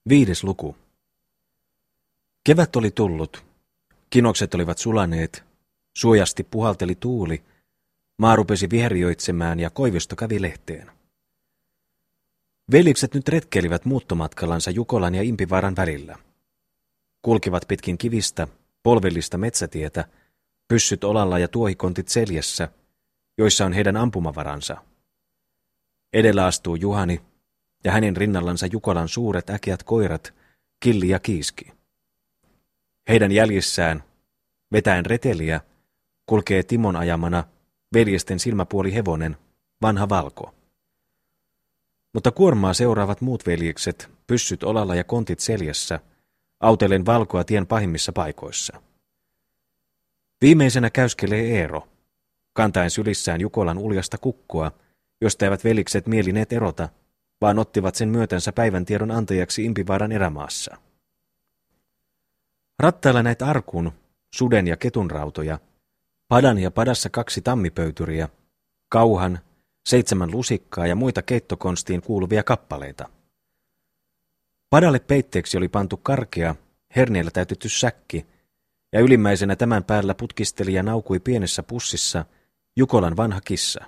5. luku. Kevät oli tullut. Kinokset olivat sulaneet. Suojasti puhalteli tuuli. Maa rupesi viherjöitsemään ja Koivisto kävi lehteen. Veljekset nyt retkeilivät muuttomatkallansa Jukolan ja Impivaaran välillä. Kulkivat pitkin kivistä, polvellista metsätietä, pyssyt olalla ja tuohikontit seljässä, joissa on heidän ampumavaransa. Edellä astuu Juhani, ja hänen rinnallansa Jukolan suuret äkeät koirat, Killi ja Kiiski. Heidän jäljissään, vetäen reteliä, kulkee Timon ajamana veljesten silmäpuoli hevonen, vanha Valko. Mutta kuormaa seuraavat muut veljekset, pyssyt olalla ja kontit seljässä, autellen Valkoa tien pahimmissa paikoissa. Viimeisenä käyskelee Eero, kantaen sylissään Jukolan uljasta kukkoa, josta eivät velikset mielineet erota, vaan ottivat sen myötänsä päivän tiedon antajaksi Impivaaran erämaassa. Rattailla näit arkun, suden ja ketun rautoja, padan ja padassa 2 tammipöytyriä, kauhan, 7 lusikkaa ja muita keittokonstiin kuuluvia kappaleita. Padalle peitteeksi oli pantu karkea, herneellä täytetty säkki, ja ylimmäisenä tämän päällä putkisteli ja naukui pienessä pussissa Jukolan vanha kissa.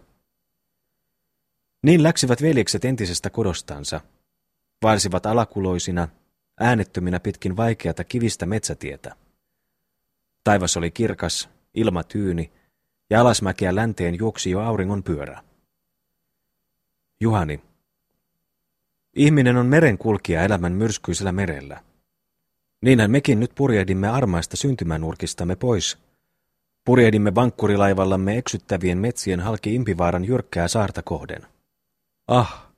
Niin läksivät veljekset entisestä kodostansa, vaelsivat alakuloisina, äänettöminä pitkin vaikeata kivistä metsätietä. Taivas oli kirkas, ilma tyyni, ja alasmäkeä länteen juoksi jo auringon pyörä. Juhani. Ihminen on merenkulkija elämän myrskyisellä merellä. Niinhän mekin nyt purjehdimme armaista syntymänurkistamme pois. Purjehdimme vankkurilaivallamme eksyttävien metsien halki Impivaaran jyrkkää saarta kohden. Ah!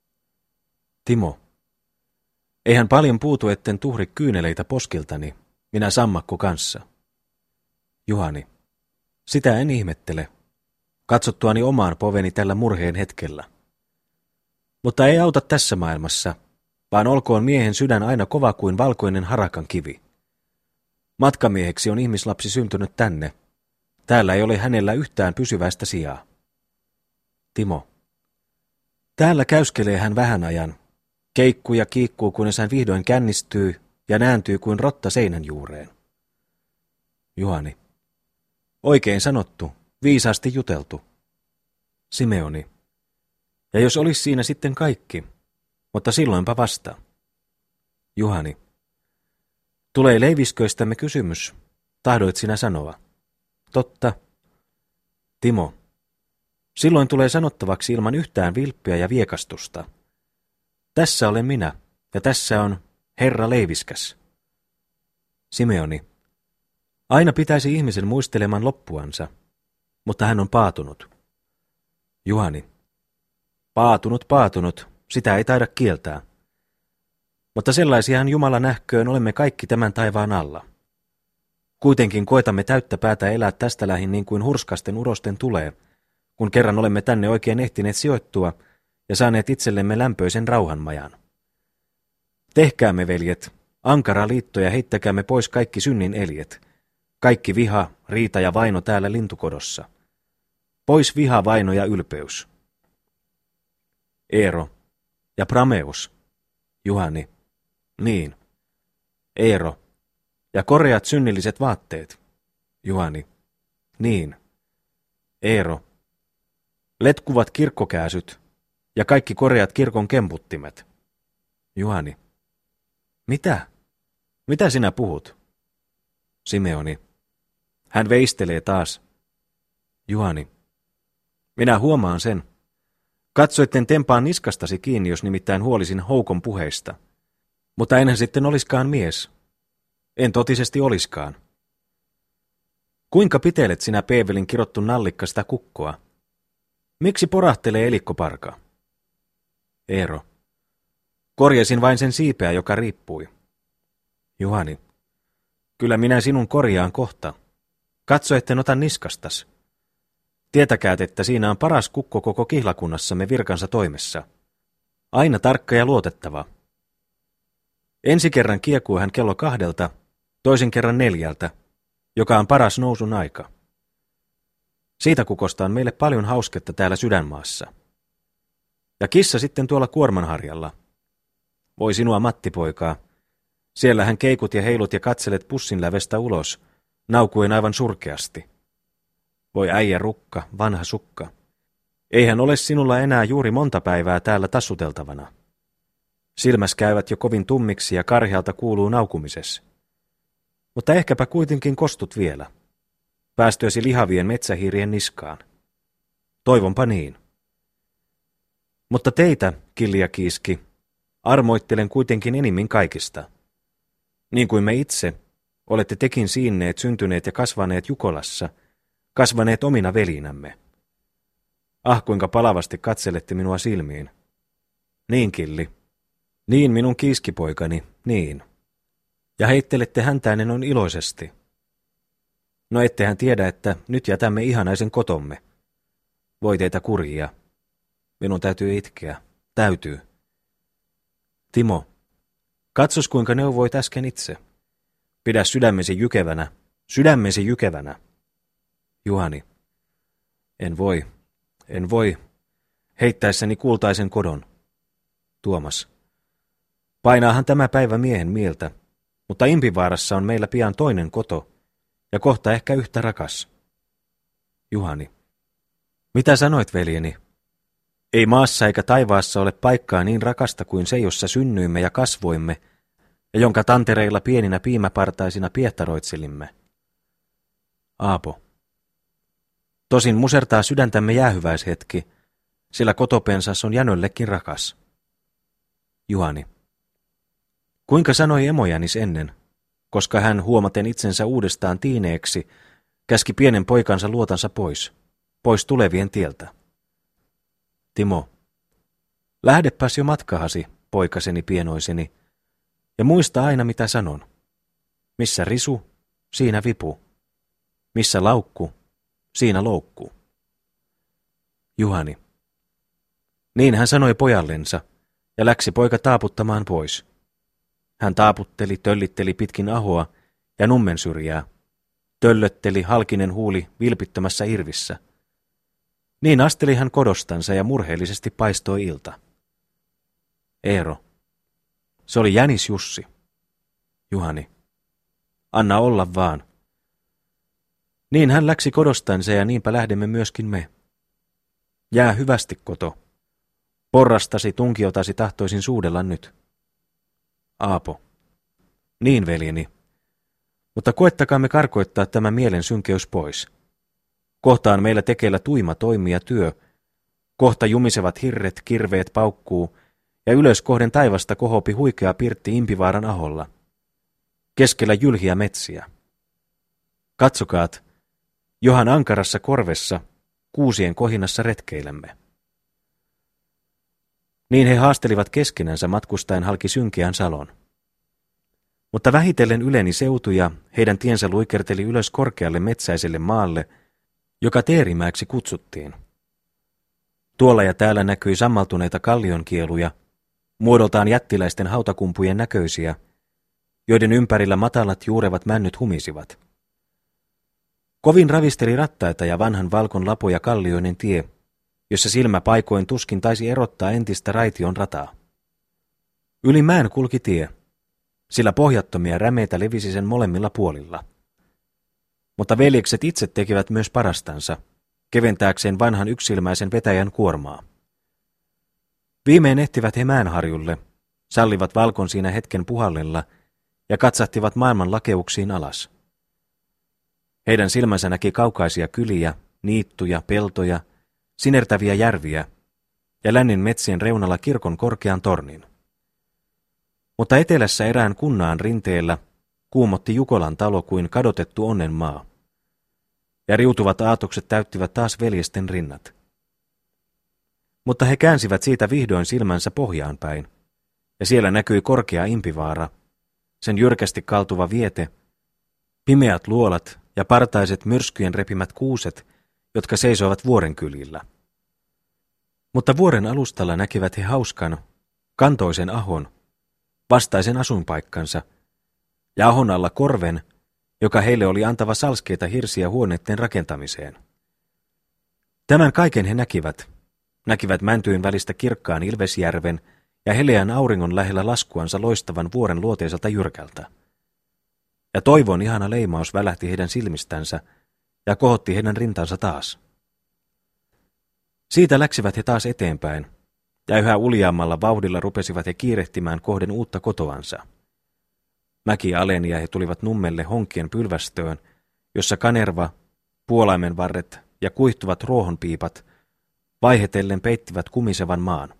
Timo. Eihän paljon puutu, etten tuhri kyyneleitä poskiltani, minä sammakko kanssa. Juhani. Sitä en ihmettele, katsottuani omaan poveni tällä murheen hetkellä. Mutta ei auta tässä maailmassa, vaan olkoon miehen sydän aina kova kuin valkoinen harakan kivi. Matkamieheksi on ihmislapsi syntynyt tänne. Täällä ei ole hänellä yhtään pysyväistä sijaa. Timo. Täällä käyskelee hän vähän ajan. Keikkuu ja kiikkuu, kunnes hän vihdoin kännistyy ja nääntyy kuin rotta seinän juureen. Juhani. Oikein sanottu, viisaasti juteltu. Simeoni. Ja jos olisi siinä sitten kaikki, mutta silloinpa vasta. Juhani. Tulee leivisköistämme kysymys, tahdoit sinä sanoa. Totta. Timo. Silloin tulee sanottavaksi ilman yhtään vilppiä ja viekastusta. Tässä olen minä, ja tässä on Herra Leiviskäs. Simeoni. Aina pitäisi ihmisen muisteleman loppuansa, mutta hän on paatunut. Juhani. Paatunut, sitä ei taida kieltää. Mutta sellaisiahan Jumala nähköön olemme kaikki tämän taivaan alla. Kuitenkin koetamme täyttä päätä elää tästä lähin niin kuin hurskasten urosten tulee, kun kerran olemme tänne oikein ehtineet sijoittua ja saaneet itsellemme lämpöisen rauhanmajan. Tehkäämme, veljet, ankara liitto ja heittäkäämme pois kaikki synnin eljet, kaikki viha, riita ja vaino täällä lintukodossa. Pois viha, vaino ja ylpeys. Eero ja Prameus. Juhani. Niin. Eero ja koreat synnilliset vaatteet. Juhani. Niin. Eero. Letkuvat kirkkokääsyt ja kaikki koreat kirkon kemputtimet. Juhani. Mitä? Mitä sinä puhut? Simeoni. Hän veistelee taas. Juhani. Minä huomaan sen. Katsoitten tempaan niskastasi kiinni, jos nimittäin huolisin houkon puheista. Mutta enhän sitten oliskaan mies. En totisesti oliskaan. Kuinka pitelet sinä, Peevelin kirottu nallikka, sitä kukkoa? Miksi porahtelee elikkoparka? Eero. Korjasin vain sen siipeä, joka riippui. Juhani. Kyllä minä sinun korjaan kohta. Katso, etten ota niskastas. Tietäkäät, että siinä on paras kukko koko kihlakunnassamme virkansa toimessa. Aina tarkka ja luotettava. Ensi kerran kiekuu hän kello 2, toisen kerran 4, joka on paras nousun aika. Siitä kukosta on meille paljon hausketta täällä sydänmaassa. Ja kissa sitten tuolla kuormanharjalla. Voi sinua Matti-poikaa. Siellähän keikut ja heilut ja katselet pussin lävestä ulos, naukuen aivan surkeasti. Voi äijä rukka, vanha sukka. Eihän ole sinulla enää juuri monta päivää täällä tassuteltavana. Silmäs käyvät jo kovin tummiksi ja karhealta kuuluu naukumisessa. Mutta ehkäpä kuitenkin kostut vielä. Päästöösi lihavien metsähiirien niskaan. Toivonpa niin. Mutta teitä, Kiljakiiski, armoittelen kuitenkin enimmin kaikista. Niin kuin me itse, olette tekin siinneet, syntyneet ja kasvaneet Jukolassa, kasvaneet omina velinämme. Ah, kuinka palavasti katselette minua silmiin. Niin, Killi. Niin, minun kiiskipoikani, niin. Ja heittelette häntäinen on iloisesti. No ettehän tiedä, että nyt jätämme ihanaisen kotomme. Voi teitä kurjia. Minun täytyy itkeä. Täytyy. Timo, katsos kuinka neuvoit äsken itse. Pidä sydämesi jykevänä. Sydämesi jykevänä. Juhani. En voi. Heittäessäni kultaisen kodon. Tuomas. Painaahan tämä päivä miehen mieltä, mutta Impivaarassa on meillä pian toinen koto, ja kohta ehkä yhtä rakas. Juhani. Mitä sanoit, veljeni? Ei maassa eikä taivaassa ole paikkaa niin rakasta kuin se, jossa synnyimme ja kasvoimme, ja jonka tantereilla pieninä piimäpartaisina piehtaroitselimme. Aapo. Tosin musertaa sydäntämme jäähyväishetki, sillä kotopensas on Jänöllekin rakas. Juhani. Kuinka sanoi emojanis ennen, koska hän huomaten itsensä uudestaan tiineeksi, käski pienen poikansa luotansa pois tulevien tieltä. Timo. Lähdepäs jo matkahasi, poikaseni pienoiseni, ja muista aina mitä sanon. Missä risu, siinä vipu. Missä laukku, siinä loukku. Juhani. Niin hän sanoi pojallensa, ja läksi poika taaputtamaan pois. Hän taaputteli, töllitteli pitkin ahoa ja nummen syrjää. Töllötteli halkinen huuli vilpittömässä irvissä. Niin asteli hän kodostansa ja murheellisesti paistoi ilta. Eero. Se oli jänis Jussi. Juhani. Anna olla vaan. Niin hän läksi kodostansa ja niinpä lähdemme myöskin me. Jää hyvästi koto. Porrastasi, tunkiotasi tahtoisin suudella nyt. Aapo. Niin, veljeni. Mutta koettakaamme karkoittaa tämä mielen synkeys pois. Kohtaan meillä tekeillä tuima toimi ja työ. Kohta jumisevat hirret, kirveet paukkuu, ja ylös kohden taivasta kohopi huikea pirtti Impivaaran aholla. Keskellä jylhiä metsiä. Katsokaat, johan ankarassa korvessa, kuusien kohinassa retkeilemme. Niin he haastelivat keskenänsä matkustaen halki synkeän salon. Mutta vähitellen yleni seutu ja heidän tiensä luikerteli ylös korkealle metsäiselle maalle, joka Teerimäeksi kutsuttiin. Tuolla ja täällä näkyi sammaltuneita kallionkieluja, muodoltaan jättiläisten hautakumpujen näköisiä, joiden ympärillä matalat juurevat männyt humisivat. Kovin ravisteli rattaita ja vanhan valkon lapoja kallioinen tie, jossa silmä paikoin tuskin taisi erottaa entistä raition rataa. Yli mäen kulki tie, sillä pohjattomia rämeitä levisi sen molemmilla puolilla. Mutta veljekset itse tekivät myös parastansa, keventääkseen vanhan yksilmäisen vetäjän kuormaa. Viimein ehtivät he mäenharjulle, sallivat valkon siinä hetken puhallella ja katsahtivat maailman lakeuksiin alas. Heidän silmänsä näki kaukaisia kyliä, niittuja, peltoja, sinertäviä järviä ja lännen metsien reunalla kirkon korkean tornin. Mutta etelässä erään kunnaan rinteellä kuumotti Jukolan talo kuin kadotettu onnenmaa, ja riutuvat aatokset täyttivät taas veljesten rinnat. Mutta he käänsivät siitä vihdoin silmänsä pohjaan päin, ja siellä näkyi korkea Impivaara, sen jyrkästi kaltuva viete, pimeät luolat ja partaiset myrskyjen repimät kuuset, jotka seisoivat vuoren kyljillä. Mutta vuoren alustalla näkivät he hauskan, kantoisen ahon, vastaisen asuinpaikkansa, ja ahon alla korven, joka heille oli antava salskeita hirsiä huoneiden rakentamiseen. Tämän kaiken he näkivät mäntyyn välistä kirkkaan Ilvesjärven ja heleän auringon lähellä laskuansa loistavan vuoren luoteiselta jyrkältä. Ja toivon ihana leimaus välähti heidän silmistänsä ja kohotti heidän rintansa taas. Siitä läksivät he taas eteenpäin, ja yhä uljaamalla vauhdilla rupesivat he kiirehtimään kohden uutta kotoansa. Mäki aleni ja he tulivat nummelle honkien pylvästöön, jossa kanerva, puolaimenvarret ja kuihtuvat ruohonpiipat vaihetellen peittivät kumisevan maan.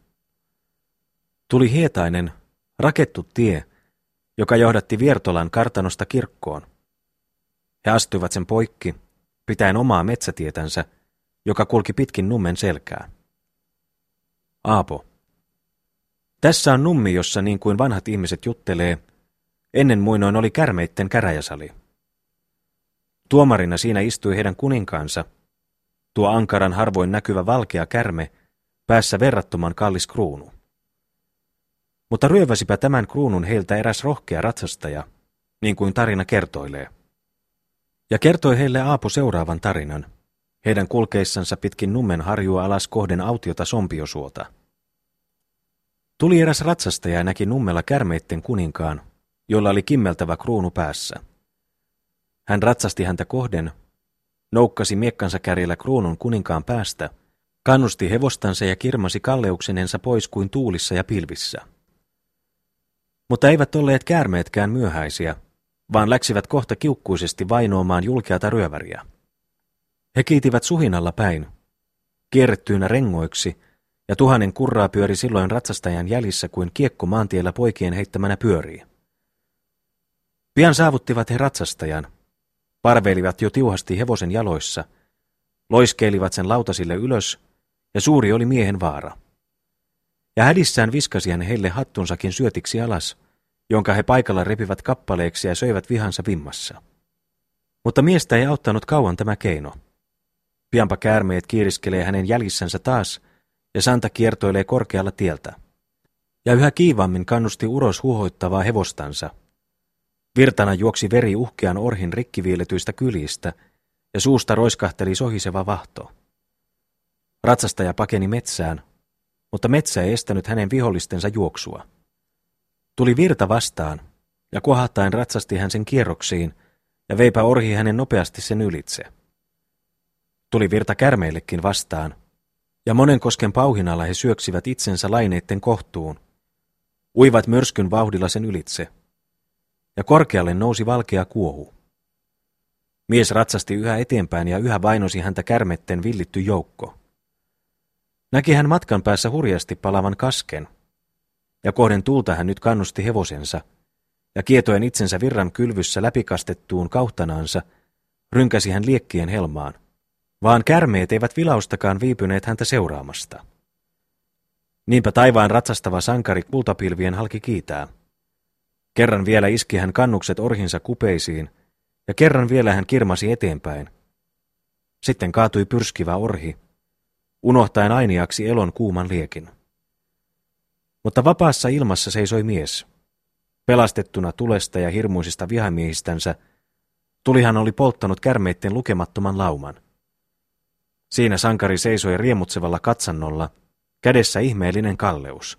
Tuli hietainen, rakettu tie, joka johdatti Viertolan kartanosta kirkkoon. He astuivat sen poikki, pitäen omaa metsätietänsä, joka kulki pitkin nummen selkää. Aapo. Tässä on nummi, jossa niin kuin vanhat ihmiset juttelee, ennen muinoin oli kärmeitten käräjäsali. Tuomarina siinä istui heidän kuninkaansa, tuo ankaran harvoin näkyvä valkea kärme, päässä verrattoman kallis kruunu. Mutta ryöväsipä tämän kruunun heiltä eräs rohkea ratsastaja, niin kuin tarina kertoilee. Ja kertoi heille Aapo seuraavan tarinan, heidän kulkeissansa pitkin nummen harjua alas kohden autiota Sompiosuota. Tuli eräs ratsastaja ja näki nummella kärmeitten kuninkaan, jolla oli kimmeltävä kruunu päässä. Hän ratsasti häntä kohden, noukkasi miekkansa kärjellä kruunun kuninkaan päästä, kannusti hevostansa ja kirmasi kalleuksenensa pois kuin tuulissa ja pilvissä. Mutta eivät olleet käärmeetkään myöhäisiä, vaan läksivät kohta kiukkuisesti vainoamaan julkeata ryöväriä. He kiitivät suhinalla päin, kierrettyinä rengoiksi, ja 1000 kurraa pyöri silloin ratsastajan jäljissä kuin kiekko maantiellä poikien heittämänä pyörii. Pian saavuttivat he ratsastajan, parveilivat jo tiuhasti hevosen jaloissa, loiskeilivat sen lautasille ylös, ja suuri oli miehen vaara. Ja hädissään viskasi hän heille hattunsakin syötiksi alas, jonka he paikalla repivät kappaleeksi ja söivät vihansa vimmassa. Mutta miestä ei auttanut kauan tämä keino. Pianpa käärmeet kiiriskelee hänen jäljissänsä taas, ja santa kiertoilee korkealla tieltä. Ja yhä kiivaammin kannusti uros huohoittavaa hevostansa. Virtana juoksi veri uhkean orhin rikkiviiletyistä kyljistä, ja suusta roiskahteli sohiseva vahto. Ratsastaja pakeni metsään, mutta metsä ei estänyt hänen vihollistensa juoksua. Tuli virta vastaan, ja kohahtaen ratsasti hän sen kierroksiin, ja veipä orhi hänen nopeasti sen ylitse. Tuli virta kärmeillekin vastaan, ja Monenkosken pauhinalla he syöksivät itsensä laineitten kohtuun, uivat myrskyn vauhdilla sen ylitse, ja korkealle nousi valkea kuohu. Mies ratsasti yhä eteenpäin ja yhä vainosi häntä kärmetten villitty joukko. Näki hän matkan päässä hurjasti palavan kasken, ja kohden tulta hän nyt kannusti hevosensa, ja kietoen itsensä virran kylvyssä läpikastettuun kauhtanaansa, rynkäsi hän liekkien helmaan, vaan kärmeet eivät vilaustakaan viipyneet häntä seuraamasta. Niinpä taivaan ratsastava sankari kultapilvien halki kiitää. Kerran vielä iski hän kannukset orhinsa kupeisiin, ja kerran vielä hän kirmasi eteenpäin. Sitten kaatui pyrskivä orhi, unohtaen ainiaksi elon kuuman liekin. Mutta vapaassa ilmassa seisoi mies. Pelastettuna tulesta ja hirmuisista vihamiehistänsä, tulihan oli polttanut kärmeitten lukemattoman lauman. Siinä sankari seisoi riemutsevalla katsannolla, kädessä ihmeellinen kalleus.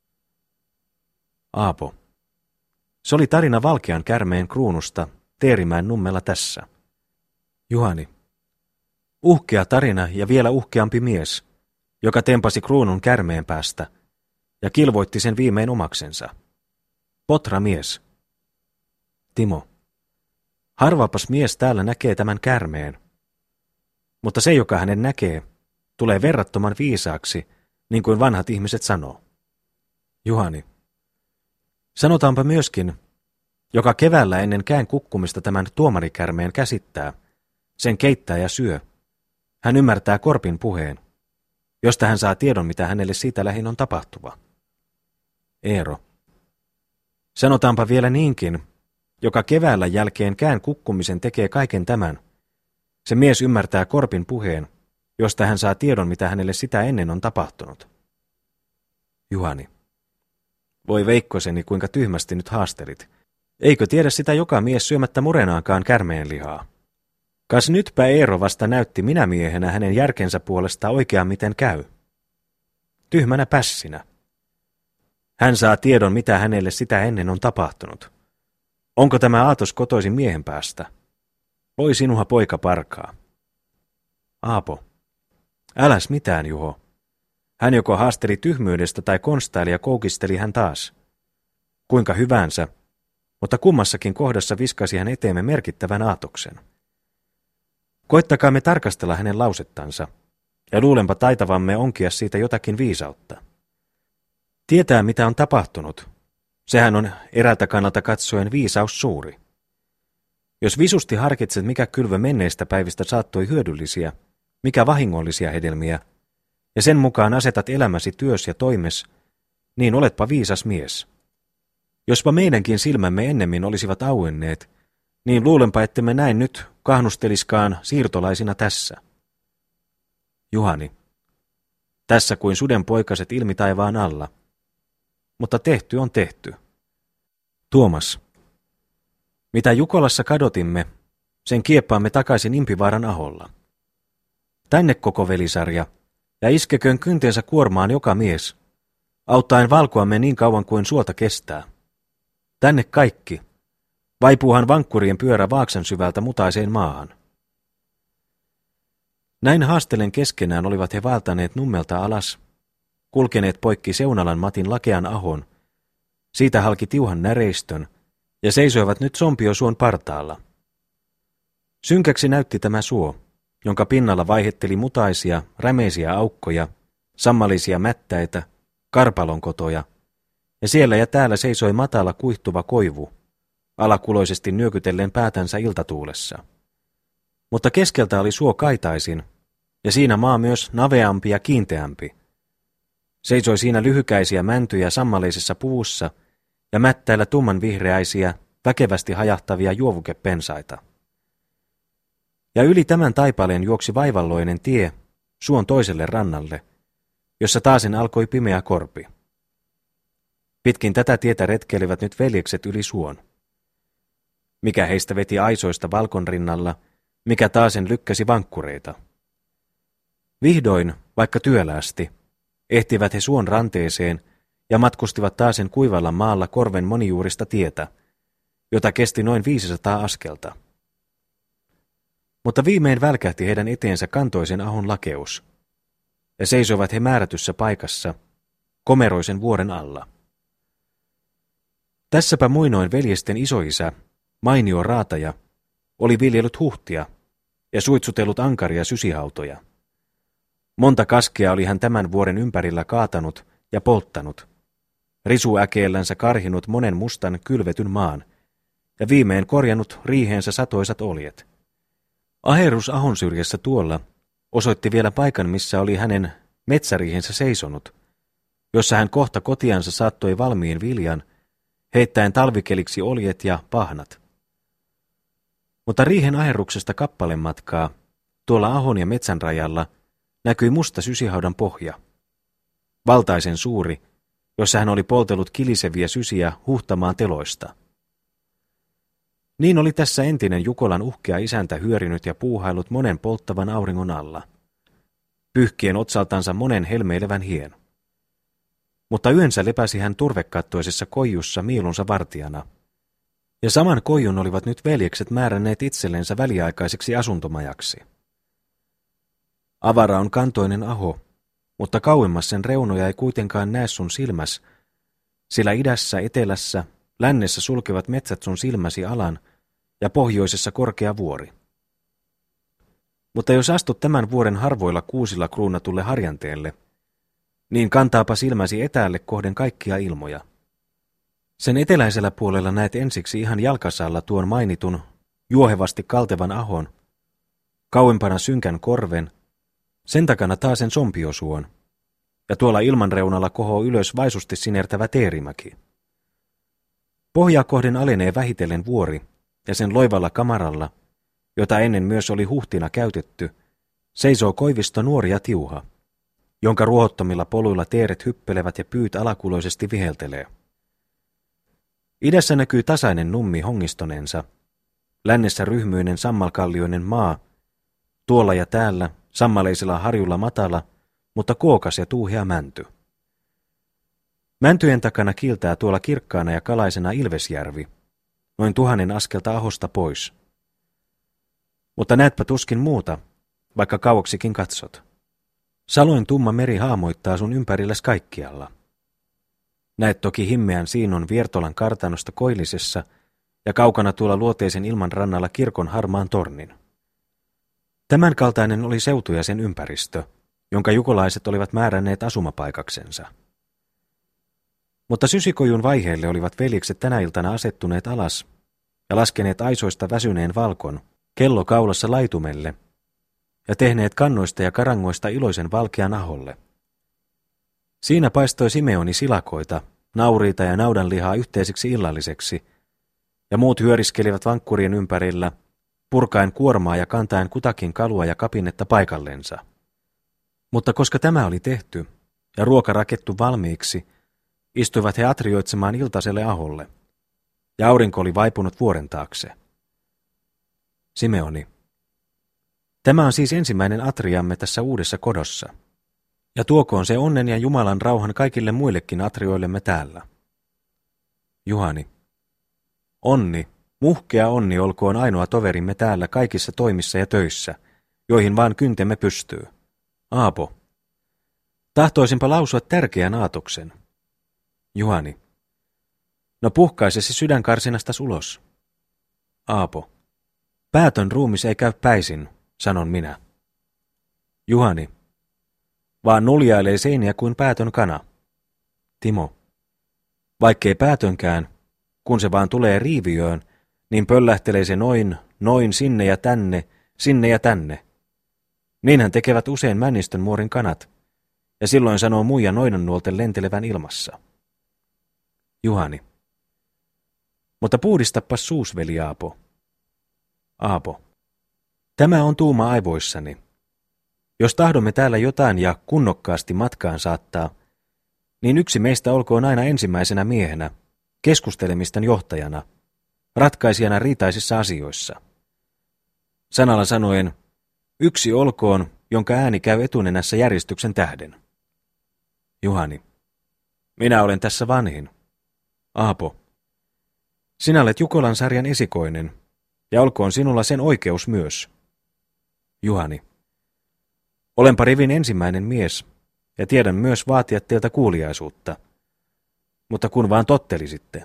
Aapo. Se oli tarina valkean kärmeen kruunusta Teerimäen nummella tässä. Juhani. Uhkea tarina ja vielä uhkeampi mies, joka tempasi kruunun kärmeen päästä ja kilvoitti sen viimein omaksensa. Potra mies. Timo. Harvapas mies täällä näkee tämän kärmeen, mutta se, joka hänen näkee, tulee verrattoman viisaaksi, niin kuin vanhat ihmiset sanoo. Juhani. Sanotaanpa myöskin, joka keväällä ennen kään kukkumista tämän tuomarikärmeen käsittää, sen keittää ja syö. Hän ymmärtää korpin puheen, josta hän saa tiedon, mitä hänelle siitä lähin on tapahtuva. Eero. Sanotaanpa vielä niinkin, joka keväällä jälkeen kään kukkumisen tekee kaiken tämän. Se mies ymmärtää korpin puheen, josta hän saa tiedon, mitä hänelle sitä ennen on tapahtunut. Juhani. Voi veikkoseni, kuinka tyhmästi nyt haastelit. Eikö tiedä sitä joka mies syömättä murenaakaan kärmeen lihaa? Kas nytpä Eero vasta näytti minä miehenä hänen järkensä puolesta oikeaan miten käy. Tyhmänä pässinä. Hän saa tiedon, mitä hänelle sitä ennen on tapahtunut. Onko tämä aatos kotoisin miehen päästä? Voi sinua poika parkaa. Aapo. Äläs mitään, Juho. Hän joko haasteli tyhmyydestä tai konstaili ja koukisteli hän taas. Kuinka hyvänsä, mutta kummassakin kohdassa viskasi hän eteemme merkittävän aatoksen. Koittakaamme tarkastella hänen lausettansa, ja luulenpa taitavamme onkia siitä jotakin viisautta. Tietää, mitä on tapahtunut. Sehän on eräältä kannalta katsoen viisaus suuri. Jos visusti harkitset, mikä kylvö menneistä päivistä saattoi hyödyllisiä, mikä vahingollisia hedelmiä, ja sen mukaan asetat elämäsi työs ja toimes, niin oletpa viisas mies. Jospa meidänkin silmämme ennemmin olisivat auenneet, niin luulenpa, ettemme näin nyt kahnusteliskaan siirtolaisina tässä. Juhani. Tässä kuin suden poikaset ilmi taivaan alla. Mutta tehty on tehty. Tuomas. Mitä Jukolassa kadotimme, sen kieppaamme takaisin Impivaaran aholla. Tänne koko velisarja, ja iskeköön kyntensä kuormaan joka mies, auttaen valkoamme niin kauan kuin suota kestää. Tänne kaikki. Vaipuuhan vankkurien pyörä Vaaksan syvältä mutaiseen maahan. Näin haastellen keskenään olivat he vaeltaneet nummelta alas, kulkeneet poikki Seunalan Matin lakean ahon, siitä halki tiuhan näreistön, ja seisoivat nyt Sompiosuon partaalla. Synkäksi näytti tämä suo, jonka pinnalla vaihetteli mutaisia, rämeisiä aukkoja, sammalisia mättäitä, karpalonkotoja, ja siellä ja täällä seisoi matala kuihtuva koivu, alakuloisesti nyökytellen päätänsä iltatuulessa. Mutta keskeltä oli suo kaitaisin, ja siinä maa myös naveampi ja kiinteämpi. Seisoi siinä lyhykäisiä mäntyjä sammaleisessa puvussa ja mättäillä tummanvihreäisiä, väkevästi hajahtavia juovukepensaita. Ja yli tämän taipaleen juoksi vaivalloinen tie suon toiselle rannalle, jossa taasen alkoi pimeä korpi. Pitkin tätä tietä retkeilivät nyt veljekset yli suon. Mikä heistä veti aisoista valkon rinnalla, mikä taasen lykkäsi vankkureita. Vihdoin, vaikka työläästi, ehtivät he suon ranteeseen ja matkustivat taasen kuivalla maalla korven monijuurista tietä, jota kesti noin 500 askelta. Mutta viimein välkähti heidän eteensä kantoisen ahon lakeus, ja seisoivat he määrätyssä paikassa, komeroisen vuoren alla. Tässäpä muinoin veljesten isoisä, mainio raataja, oli viljellyt huhtia ja suitsutellut ankaria sysihautoja. Monta kaskea oli hän tämän vuoren ympärillä kaatanut ja polttanut, risuäkeellänsä karhinut monen mustan kylvetyn maan ja viimein korjannut riiheensä satoisat oljet. Aherus ahon syrjässä tuolla osoitti vielä paikan, missä oli hänen metsäriihensä seisonut, jossa hän kohta kotiansa saattoi valmiin viljan, heittäen talvikeliksi oljet ja pahnat. Mutta riihen aherruksesta kappaleen matkaa, tuolla ahon ja metsän rajalla, näkyi musta sysihaudan pohja. Valtaisen suuri, jossa hän oli poltellut kiliseviä sysiä huhtamaan teloista. Niin oli tässä entinen Jukolan uhkea isäntä hyörinyt ja puuhaillut monen polttavan auringon alla, pyyhkien otsaltansa monen helmeilevän hien. Mutta yönsä lepäsi hän turvekattoisessa koijussa miilunsa vartijana, ja saman koijun olivat nyt veljekset määränneet itsellensä väliaikaiseksi asuntomajaksi. Avara on kantoinen aho, mutta kauemmas sen reunoja ei kuitenkaan näe sun silmäs, sillä idässä, etelässä, lännessä sulkevat metsät sun silmäsi alan ja pohjoisessa korkea vuori. Mutta jos astut tämän vuoren harvoilla kuusilla kruunatulle harjanteelle, niin kantaapa silmäsi etäälle kohden kaikkia ilmoja. Sen eteläisellä puolella näet ensiksi ihan jalkasalla tuon mainitun, juohevasti kaltevan ahon, kauempana synkän korven, sen takana taasen Sompiosuon, ja tuolla ilmanreunalla kohoo ylös vaisusti sinertävä Teerimäki. Pohjaa kohden alenee vähitellen vuori, ja sen loivalla kamaralla, jota ennen myös oli huhtina käytetty, seisoo koivisto nuoria tiuha, jonka ruohottomilla poluilla teeret hyppelevät ja pyyt alakuloisesti viheltelee. Idässä näkyy tasainen nummi hongistoneensa, lännessä ryhmyinen sammalkallioinen maa, tuolla ja täällä sammaleisella harjulla matala, mutta kookas ja tuuhea mänty. Mäntyjen takana kiiltää tuolla kirkkaana ja kalaisena Ilvesjärvi, noin 1000 askelta ahosta pois. Mutta näetpä tuskin muuta, vaikka kauaksikin katsot. Saloin tumma meri haamoittaa sun ympärilläs kaikkialla. Näet toki himmeän siinon Viertolan kartanosta koillisessa ja kaukana tuolla luoteisen ilman rannalla kirkon harmaan tornin. Tämän kaltainen oli seutu ja sen ympäristö, jonka jukolaiset olivat määränneet asumapaikaksensa. Mutta Sysikojun vaiheelle olivat veljekset tänä iltana asettuneet alas ja laskeneet aisoista väsyneen valkon, kello kaulassa laitumelle, ja tehneet kannoista ja karangoista iloisen valkean aholle. Siinä paistoi Simeoni silakoita, nauriita ja naudanlihaa yhteiseksi illalliseksi, ja muut hyöriskelivät vankkurien ympärillä, purkaen kuormaa ja kantaen kutakin kalua ja kapinetta paikallensa. Mutta koska tämä oli tehty ja ruoka rakettu valmiiksi, istuivat he atrioitsemaan iltaselle aholle, ja aurinko oli vaipunut vuoren taakse. Simeoni. Tämä on siis ensimmäinen atriamme tässä uudessa kodossa, ja tuokoon se onnen ja Jumalan rauhan kaikille muillekin atrioillemme täällä. Juhani. Onni, muhkea onni olkoon ainoa toverimme täällä kaikissa toimissa ja töissä, joihin vaan kyntemme pystyy. Aapo. Tahtoisinpa lausua tärkeän aatoksen. Juhani. No puhkaisesi sydänkarsinastas ulos. Aapo. Päätön ruumis ei käy päisin, sanon minä. Juhani. Vaan nuljailee seiniä kuin päätön kana. Timo. Vaikkei päätönkään, kun se vaan tulee riiviöön, niin pöllähtelee se noin sinne ja tänne. Niinhän tekevät usein Männistön muorin kanat, ja silloin sanoo muija noidannuolten lentelevän ilmassa. Juhani. Mutta puhdistappas suus, veli Aapo. Aapo. Tämä on tuuma aivoissani. Jos tahdomme täällä jotain ja kunnokkaasti matkaan saattaa, niin yksi meistä olkoon aina ensimmäisenä miehenä, keskustelemisten johtajana, ratkaisijana riitaisissa asioissa. Sanalla sanoen, yksi olkoon, jonka ääni käy etunenässä järjestyksen tähden. Juhani. Minä olen tässä vanhin. Aapo. Sinä olet Jukolan sarjan esikoinen, ja olkoon sinulla sen oikeus myös. Juhani. Olenpa rivin ensimmäinen mies, ja tiedän myös vaatia teiltä kuuliaisuutta. Mutta kun vaan tottelisitte.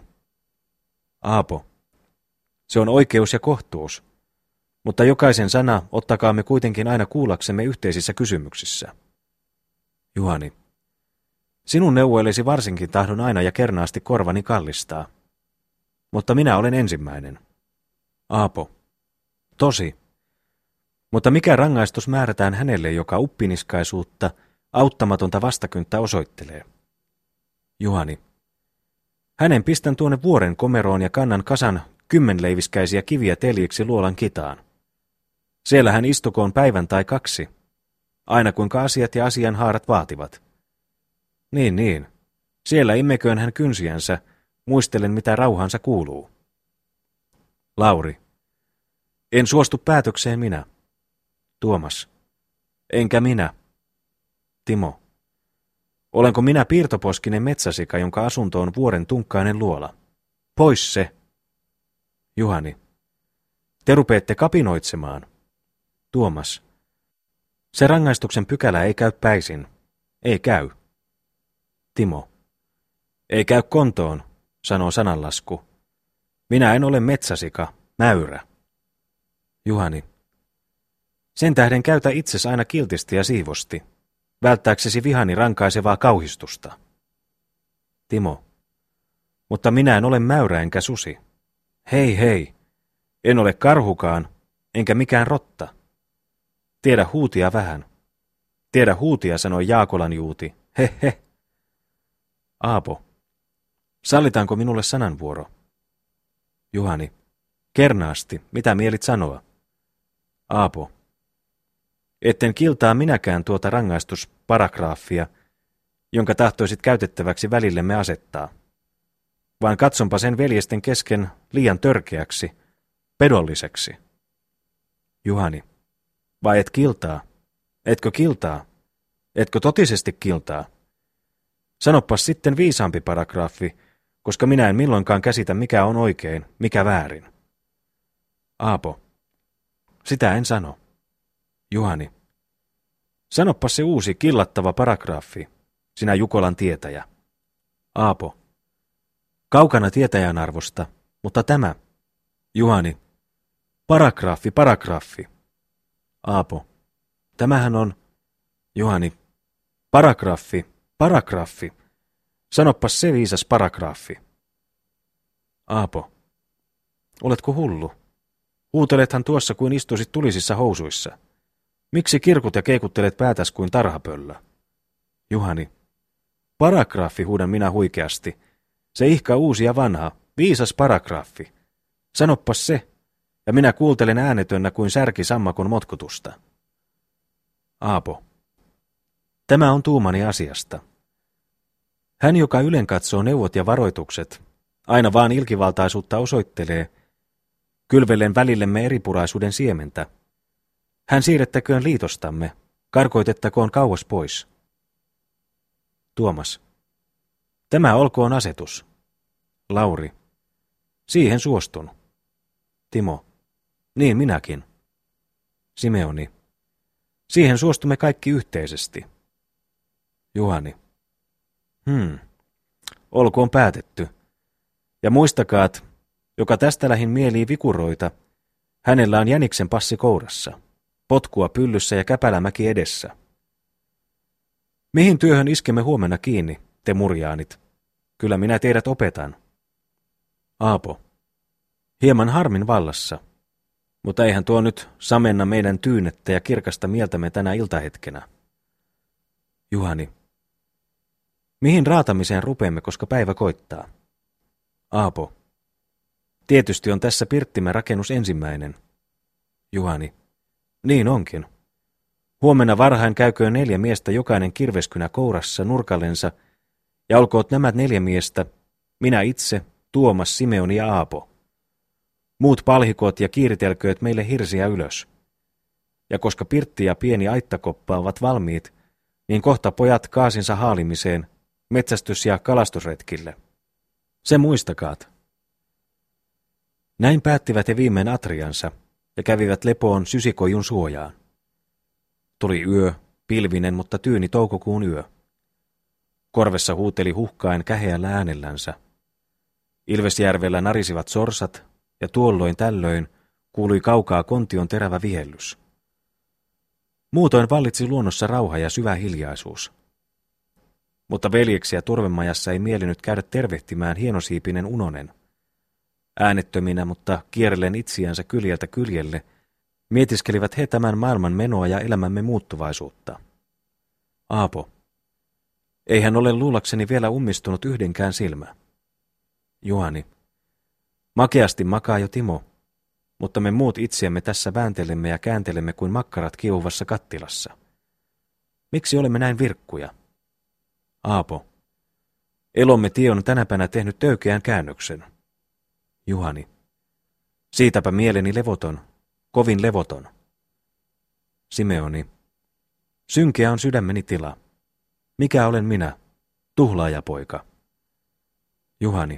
Aapo. Se on oikeus ja kohtuus, mutta jokaisen sana ottakaamme kuitenkin aina kuullaksemme yhteisissä kysymyksissä. Juhani. Sinun neuvoillesi varsinkin tahdon aina ja kernaasti korvani kallistaa. Mutta minä olen ensimmäinen. Aapo. Tosi. Mutta mikä rangaistus määrätään hänelle, joka uppiniskaisuutta, auttamatonta vastakynttä osoittelee? Juhani. Hänen pistän tuonne vuoren komeroon ja kannan kasan 10-leiviskäisiä kiviä teljiksi luolan kitaan. Siellä hän istukoon päivän tai 2, aina kuinka asiat ja asian haarat vaativat. Niin. Siellä immeköön hän kynsiänsä, muistelen mitä rauhansa kuuluu. Lauri. En suostu päätökseen minä. Tuomas. Enkä minä. Timo. Olenko minä piirtoposkinen metsäsika, jonka asunto on vuoren tunkkainen luola? Pois se. Juhani. Te rupeette kapinoitsemaan. Tuomas. Se rangaistuksen pykälä ei käy päisin. Ei käy. Timo. Ei käy kontoon, sanoo sananlasku. Minä en ole metsäsika, mäyrä. Juhani. Sen tähden käytä itses aina kiltisti ja siivosti, välttääksesi vihani rankaisevaa kauhistusta. Timo. Mutta minä en ole mäyrä enkä susi. Hei, en ole karhukaan, enkä mikään rotta. Tiedä huutia vähän. Tiedä huutia, sanoi Jaakolan Juuti. He. Aapo. Sallitaanko minulle sananvuoro? Juhani. Kernaasti, mitä mielit sanoa? Aapo. Etten kiltaa minäkään tuota rangaistusparagraafia, jonka tahtoisit käytettäväksi välillemme asettaa, vaan katsonpa sen veljesten kesken liian törkeäksi, pedolliseksi. Juhani. Vai et kiltaa? Etkö kiltaa? Etkö totisesti kiltaa? Sanoppas sitten viisaampi paragraafi, koska minä en milloinkaan käsitä, mikä on oikein, mikä väärin. Aapo. Sitä en sano. Juhani. Sanoppas se uusi, killattava paragraafi, sinä Jukolan tietäjä. Aapo. Kaukana tietäjän arvosta, mutta tämä. Juhani. Paragraafi, paragraafi. Aapo. Tämähän on. Juhani. Paragraafi, paragraafi. Sanoppas se viisas paragraafi. Aapo. Oletko hullu? Huutelethan tuossa kuin istuisit tulisissa housuissa. Miksi kirkut ja keikuttelet päätäs kuin tarhapöllö? Juhani. Paragraafi, huudan minä huikeasti. Se ihka uusi ja vanha, viisas paragraafi. Sanoppas se, ja minä kuultelen äänetönnä kuin särki sammakon motkutusta. Aapo. Tämä on tuumani asiasta. Hän, joka ylen katsoo neuvot ja varoitukset, aina vaan ilkivaltaisuutta osoittelee, kylvellen välillemme eripuraisuuden siementä. Hän siirrettäköön liitostamme, karkoitettakoon kauas pois. Tuomas. Tämä olkoon asetus. Lauri. Siihen suostun. Timo. Niin minäkin. Simeoni. Siihen suostumme kaikki yhteisesti. Juhani. Olkoon päätetty. Ja muistakaat, joka tästä lähin mielii vikuroita, hänellä on jäniksen passi kourassa, potkua pyllyssä ja käpälämäki edessä. Mihin työhön iskemme huomenna kiinni, te murjaanit? Kyllä minä teidät opetan. Aapo. Hieman harmin vallassa, mutta eihän tuo nyt samenna meidän tyynettä ja kirkasta mieltämme tänä iltahetkenä. Juhani. Mihin raatamiseen rupeamme, koska päivä koittaa? Aapo. Tietysti on tässä pirttimme rakennus ensimmäinen. Juhani. Niin onkin. Huomenna varhain käyköön 4 miestä jokainen kirveskynä kourassa nurkallensa, ja olkoot nämä 4 miestä, minä itse, Tuomas, Simeoni ja Aapo. Muut palhikot ja kiiritelkööt meille hirsiä ylös. Ja koska pirtti ja pieni aittakoppa ovat valmiit, niin kohta pojat kaasinsa haalimiseen, metsästys- ja kalastusretkille. Se muistakaat. Näin päättivät he viimein atriansa ja kävivät lepoon Sysikojun suojaan. Tuli yö, pilvinen, mutta tyyni toukokuun yö. Korvessa huuteli huhkaen käheällä äänellänsä. Ilvesjärvellä narisivat sorsat, ja tuolloin tällöin kuului kaukaa kontion terävä vihellys. Muutoin vallitsi luonnossa rauha ja syvä hiljaisuus. Mutta veljeksiä turvemajassa ei mielinyt käydä tervehtimään hienosiipinen Unonen. Äänettöminä, mutta kierrellen itseänsä kyljeltä kyljelle, mietiskelivät he tämän maailman menoa ja elämämme muuttuvaisuutta. Aapo. Eihän ole luulakseni vielä ummistunut yhdenkään silmä. Juhani. Makeasti makaa jo Timo, mutta me muut itseämme tässä vääntelemme ja kääntelemme kuin makkarat kiehuvassa kattilassa. Miksi olemme näin virkkuja? Aapo. Elomme tie on tänäpänä tehnyt töykeän käännöksen. Juhani. Siitäpä mieleni levoton, kovin levoton. Simeoni. Synkeä on sydämeni tila. Mikä olen minä, tuhlaajapoika? Juhani.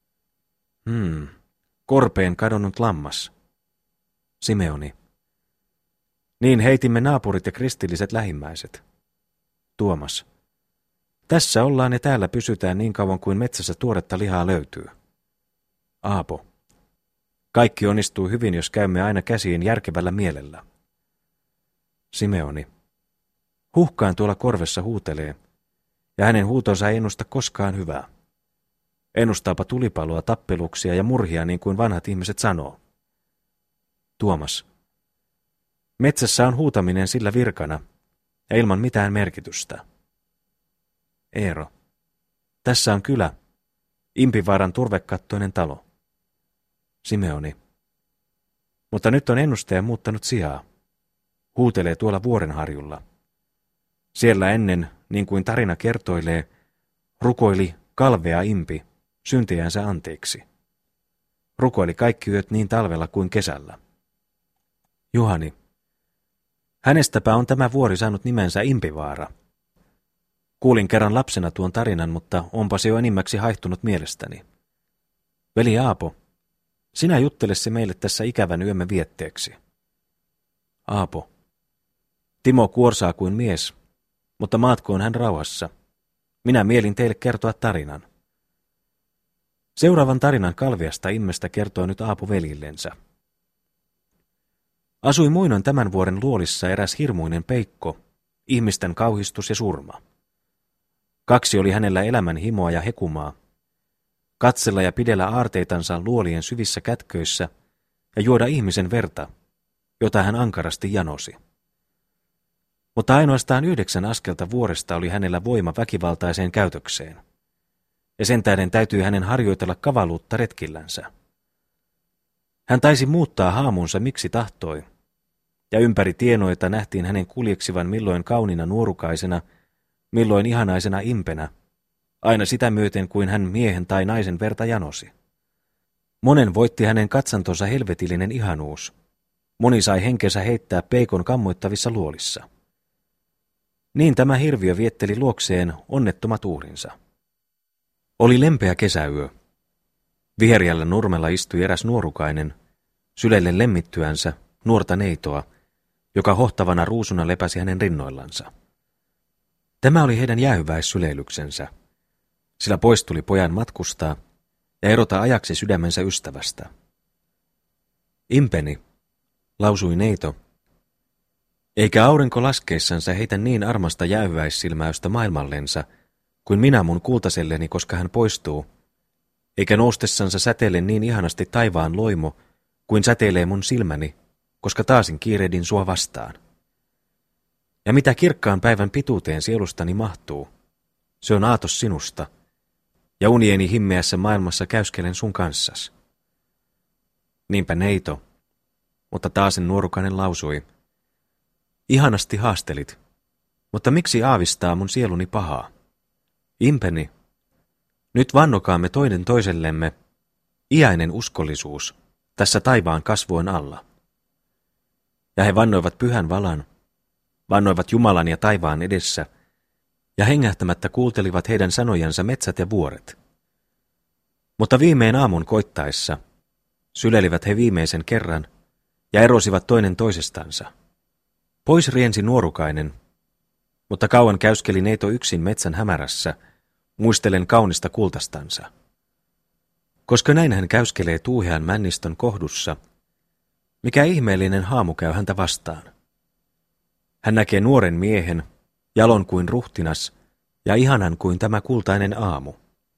Korpeen kadonnut lammas. Simeoni. Niin heitimme naapurit ja kristilliset lähimmäiset. Tuomas. Tässä ollaan ja täällä pysytään niin kauan kuin metsässä tuoretta lihaa löytyy. Aapo. Kaikki onnistuu hyvin, jos käymme aina käsiin järkevällä mielellä. Simeoni. Huhkaan tuolla korvessa huutelee, ja hänen huutonsa ei ennusta koskaan hyvää. Ennustaapa tulipaloa, tappeluksia ja murhia niin kuin vanhat ihmiset sanoo. Tuomas. Metsässä on huutaminen sillä virkana ja ilman mitään merkitystä. Eero. Tässä on kylä, Impivaaran turvekattoinen talo. Simeoni. Mutta nyt on ennustaja muuttanut sijaa. Huutelee tuolla vuorenharjulla. Siellä ennen, niin kuin tarina kertoilee, rukoili kalvea impi syntejänsä anteeksi. Rukoili kaikki yöt niin talvella kuin kesällä. Juhani. Hänestäpä on tämä vuori saanut nimensä Impivaara. Kuulin kerran lapsena tuon tarinan, mutta onpa se jo enimmäksi haihtunut mielestäni. Veli Aapo, sinä juttele se meille tässä ikävän yömme vietteeksi. Aapo. Timo kuorsaa kuin mies, mutta maatkoon hän rauhassa. Minä mielin teille kertoa tarinan. Seuraavan tarinan kalviasta immestä kertoo nyt Aapo velillensä. Asui muinoin tämän vuoden luolissa eräs hirmuinen peikko, ihmisten kauhistus ja surma. 2 oli hänellä elämän himoa ja hekumaa. Katsella ja pidellä aarteitansa luolien syvissä kätköissä ja juoda ihmisen verta, jota hän ankarasti janosi. Mutta ainoastaan 9 askelta vuoresta oli hänellä voima väkivaltaiseen käytökseen, ja sen tähden täytyi hänen harjoitella kavaluutta retkillänsä. Hän taisi muuttaa haamunsa miksi tahtoi, ja ympäri tienoita nähtiin hänen kuljeksivan milloin kauniina nuorukaisena, milloin ihanaisena impenä, aina sitä myöten kuin hän miehen tai naisen verta janosi. Monen voitti hänen katsantonsa helvetillinen ihanuus. Moni sai henkensä heittää peikon kammoittavissa luolissa. Niin tämä hirviö vietteli luokseen onnettomat uhrinsa. Oli lempeä kesäyö. Viheriällä nurmella istui eräs nuorukainen, sylelle lemmittyänsä, nuorta neitoa, joka hohtavana ruusuna lepäsi hänen rinnoillansa. Tämä oli heidän jäähyväissyleilyksensä, sillä pois tuli pojan matkustaa ja erota ajaksi sydämensä ystävästä. Impeni, lausui neito, eikä aurinko laskeessansa heitä niin armasta jäähyväissilmäystä maailmallensa, kuin minä mun kultaselleni, koska hän poistuu, eikä noustessansa säteile niin ihanasti taivaan loimo, kuin säteilee mun silmäni, koska taasin kiirehdin sua vastaan. Ja mitä kirkkaan päivän pituuteen sielustani mahtuu, se on aatos sinusta, ja unieni himmeässä maailmassa käyskelen sun kanssas. Niinpä neito, mutta taasen nuorukainen lausui, ihanasti haastelit, mutta miksi aavistaa mun sieluni pahaa? Impeni, nyt vannokaamme toinen toisellemme, iäinen uskollisuus, tässä taivaan kasvojen alla. Ja he vannoivat pyhän valan, vannoivat Jumalan ja taivaan edessä, ja hengähtämättä kuultelivat heidän sanojansa metsät ja vuoret. Mutta viimein aamun koittaessa sylelivät he viimeisen kerran ja erosivat toinen toisestansa. Pois riensi nuorukainen, mutta kauan käyskeli neito yksin metsän hämärässä, muistellen kaunista kultastansa. Koska näin hän käyskelee tuuhean männistön kohdussa, mikä ihmeellinen haamu käy häntä vastaan. Hän näkee nuoren miehen, jalon kuin ruhtinas ja ihanan kuin tämä kultainen aamu.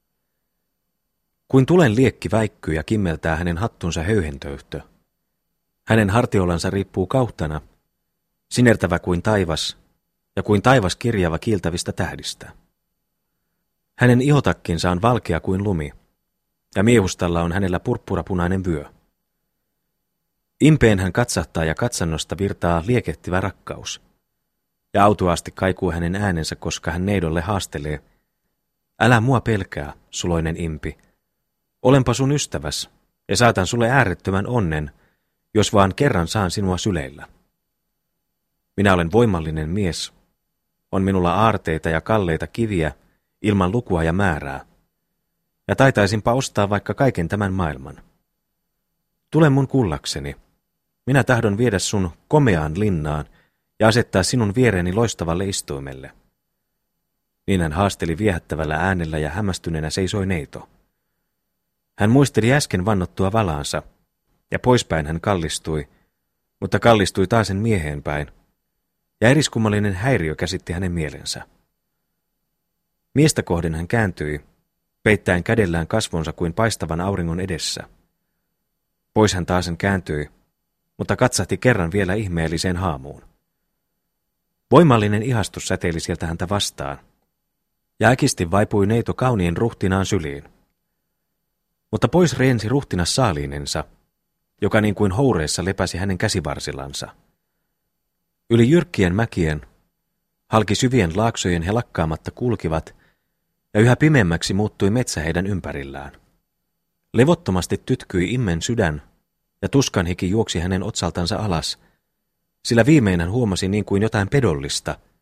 Kuin tulen liekki väikkyy ja kimmeltää hänen hattunsa höyhentöyhtö. Hänen hartiolansa riippuu kauhtana, sinertävä kuin taivas ja kuin taivas kirjava kiiltävistä tähdistä. Hänen ihotakkinsa on valkea kuin lumi, ja miehustalla on hänellä purppurapunainen vyö. Impeen hän katsahtaa ja katsannosta virtaa liekehtivä rakkaus, ja autuaasti kaikuu hänen äänensä, koska hän neidolle haastelee, älä mua pelkää, suloinen impi, olenpa sun ystäväs, ja saatan sulle äärettömän onnen, jos vaan kerran saan sinua syleillä. Minä olen voimallinen mies, on minulla aarteita ja kalleita kiviä, ilman lukua ja määrää, ja taitaisinpa ostaa vaikka kaiken tämän maailman. Tule mun kullakseni, minä tahdon viedä sun komeaan linnaan ja asettaa sinun viereeni loistavalle istuimelle. Niin hän haasteli viehättävällä äänellä ja hämmästyneenä seisoi neito. Hän muisteli äsken vannottua valaansa, ja poispäin hän kallistui, mutta kallistui taasen mieheen päin, ja eriskummallinen häiriö käsitti hänen mielensä. Miestä kohden hän kääntyi, peittäen kädellään kasvonsa kuin paistavan auringon edessä. Pois hän taasen kääntyi, mutta katsahti kerran vielä ihmeelliseen haamuun. Voimallinen ihastus säteili sieltä häntä vastaan, ja äkisti vaipui neito kauniin ruhtinaan syliin. Mutta pois riensi ruhtinas saaliinensa, joka niin kuin houreessa lepäsi hänen käsivarsillansa. Yli jyrkkien mäkien, halki syvien laaksojen he lakkaamatta kulkivat, ja yhä pimeämmäksi muuttui metsä heidän ympärillään. Levottomasti tytkyi immen sydän, ja tuskanhiki juoksi hänen otsaltansa alas, sillä viimein hän huomasi niin kuin jotain pedollista,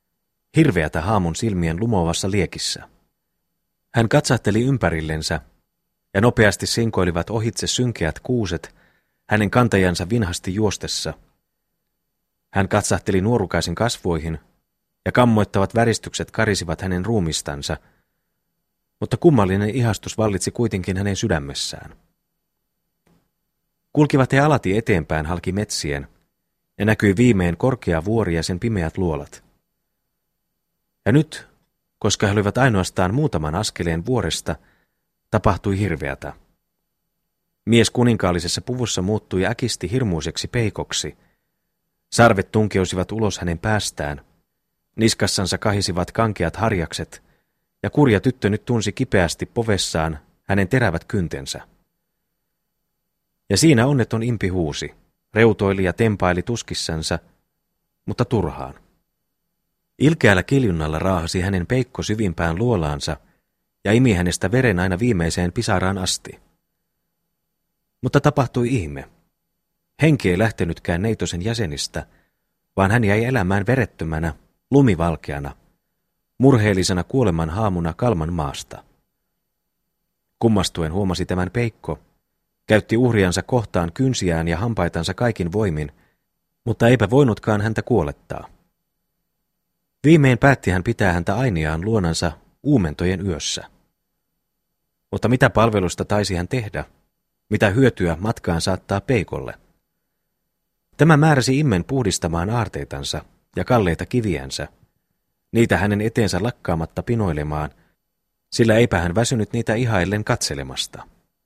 hirveätä haamun silmien lumoavassa liekissä. Hän katsahteli ympärillensä, ja nopeasti sinkoilivat ohitse synkeät kuuset hänen kantajansa vinhasti juostessa. Hän katsahteli nuorukaisen kasvoihin, ja kammoittavat väristykset karisivat hänen ruumistansa, mutta kummallinen ihastus vallitsi kuitenkin hänen sydämessään. Kulkivat he alati eteenpäin halki metsien, ja näkyi viimein korkea vuori ja sen pimeät luolat. Ja nyt, koska he olivat ainoastaan muutaman askeleen vuoresta, tapahtui hirveätä. Mies kuninkaallisessa puvussa muuttui äkisti hirmuiseksi peikoksi. Sarvet tunkeusivat ulos hänen päästään, niskassansa kahisivat kankeat harjakset, ja kurja tyttö nyt tunsi kipeästi povessaan hänen terävät kyntensä. Ja siinä onneton impi huusi, reutoili ja tempaili tuskissansa, mutta turhaan. Ilkeällä kiljunnalla raahasi hänen peikko syvimpään luolaansa ja imi hänestä veren aina viimeiseen pisaraan asti. Mutta tapahtui ihme. Henki ei lähtenytkään neitosen jäsenistä, vaan hän jäi elämään verettömänä, lumivalkeana, murheellisena kuoleman haamuna Kalman maasta. Kummastuen huomasi tämän peikko, käytti uhriansa kohtaan kynsiään ja hampaitansa kaikin voimin, mutta eipä voinutkaan häntä kuolettaa. Viimein päätti hän pitää häntä ainiaan luonansa uumentojen yössä. Mutta mitä palvelusta taisi hän tehdä? Mitä hyötyä matkaan saattaa peikolle? Tämä määräsi immen puhdistamaan aarteitansa ja kalleita kiviänsä, niitä hänen eteensä lakkaamatta pinoilemaan, sillä eipä hän väsynyt niitä ihaillen katselemasta.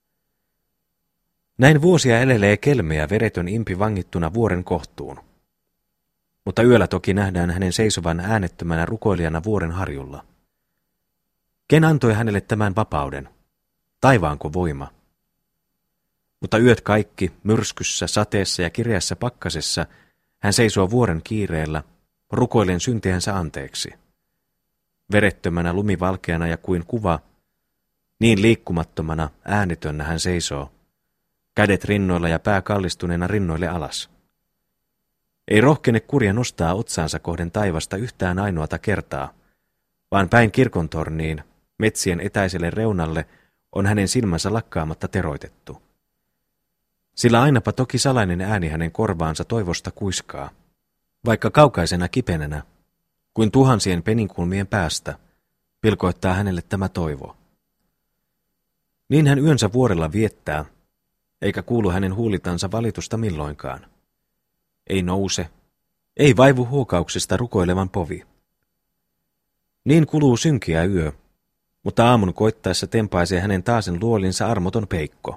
Näin vuosia elelee kelmeä veretön impi vangittuna vuoren kohtuun. Mutta yöllä toki nähdään hänen seisovan äänettömänä rukoilijana vuoren harjulla. Ken antoi hänelle tämän vapauden? Taivaanko voima? Mutta yöt kaikki, myrskyssä, sateessa ja kireässä pakkasessa, hän seisoo vuoren kiireellä, rukoillen syntiänsä anteeksi. Verettömänä, lumivalkeana ja kuin kuva, niin liikkumattomana, äänetönnä hän seisoo, kädet rinnoilla ja pää kallistuneena rinnoille alas. Ei rohkene kurja nostaa otsaansa kohden taivasta yhtään ainoata kertaa, vaan päin kirkontorniin, metsien etäiselle reunalle, on hänen silmänsä lakkaamatta teroitettu. Sillä ainapa toki salainen ääni hänen korvaansa toivosta kuiskaa, vaikka kaukaisena kipenenä, kuin tuhansien peninkulmien päästä, pilkoittaa hänelle tämä toivo. Niin hän yönsä vuorella viettää, eikä kuulu hänen huulitansa valitusta milloinkaan. Ei nouse, ei vaivu huokauksesta rukoilevan povi. Niin kuluu synkiä yö, mutta aamun koittaessa tempaisee hänen taasen luolinsa armoton peikko.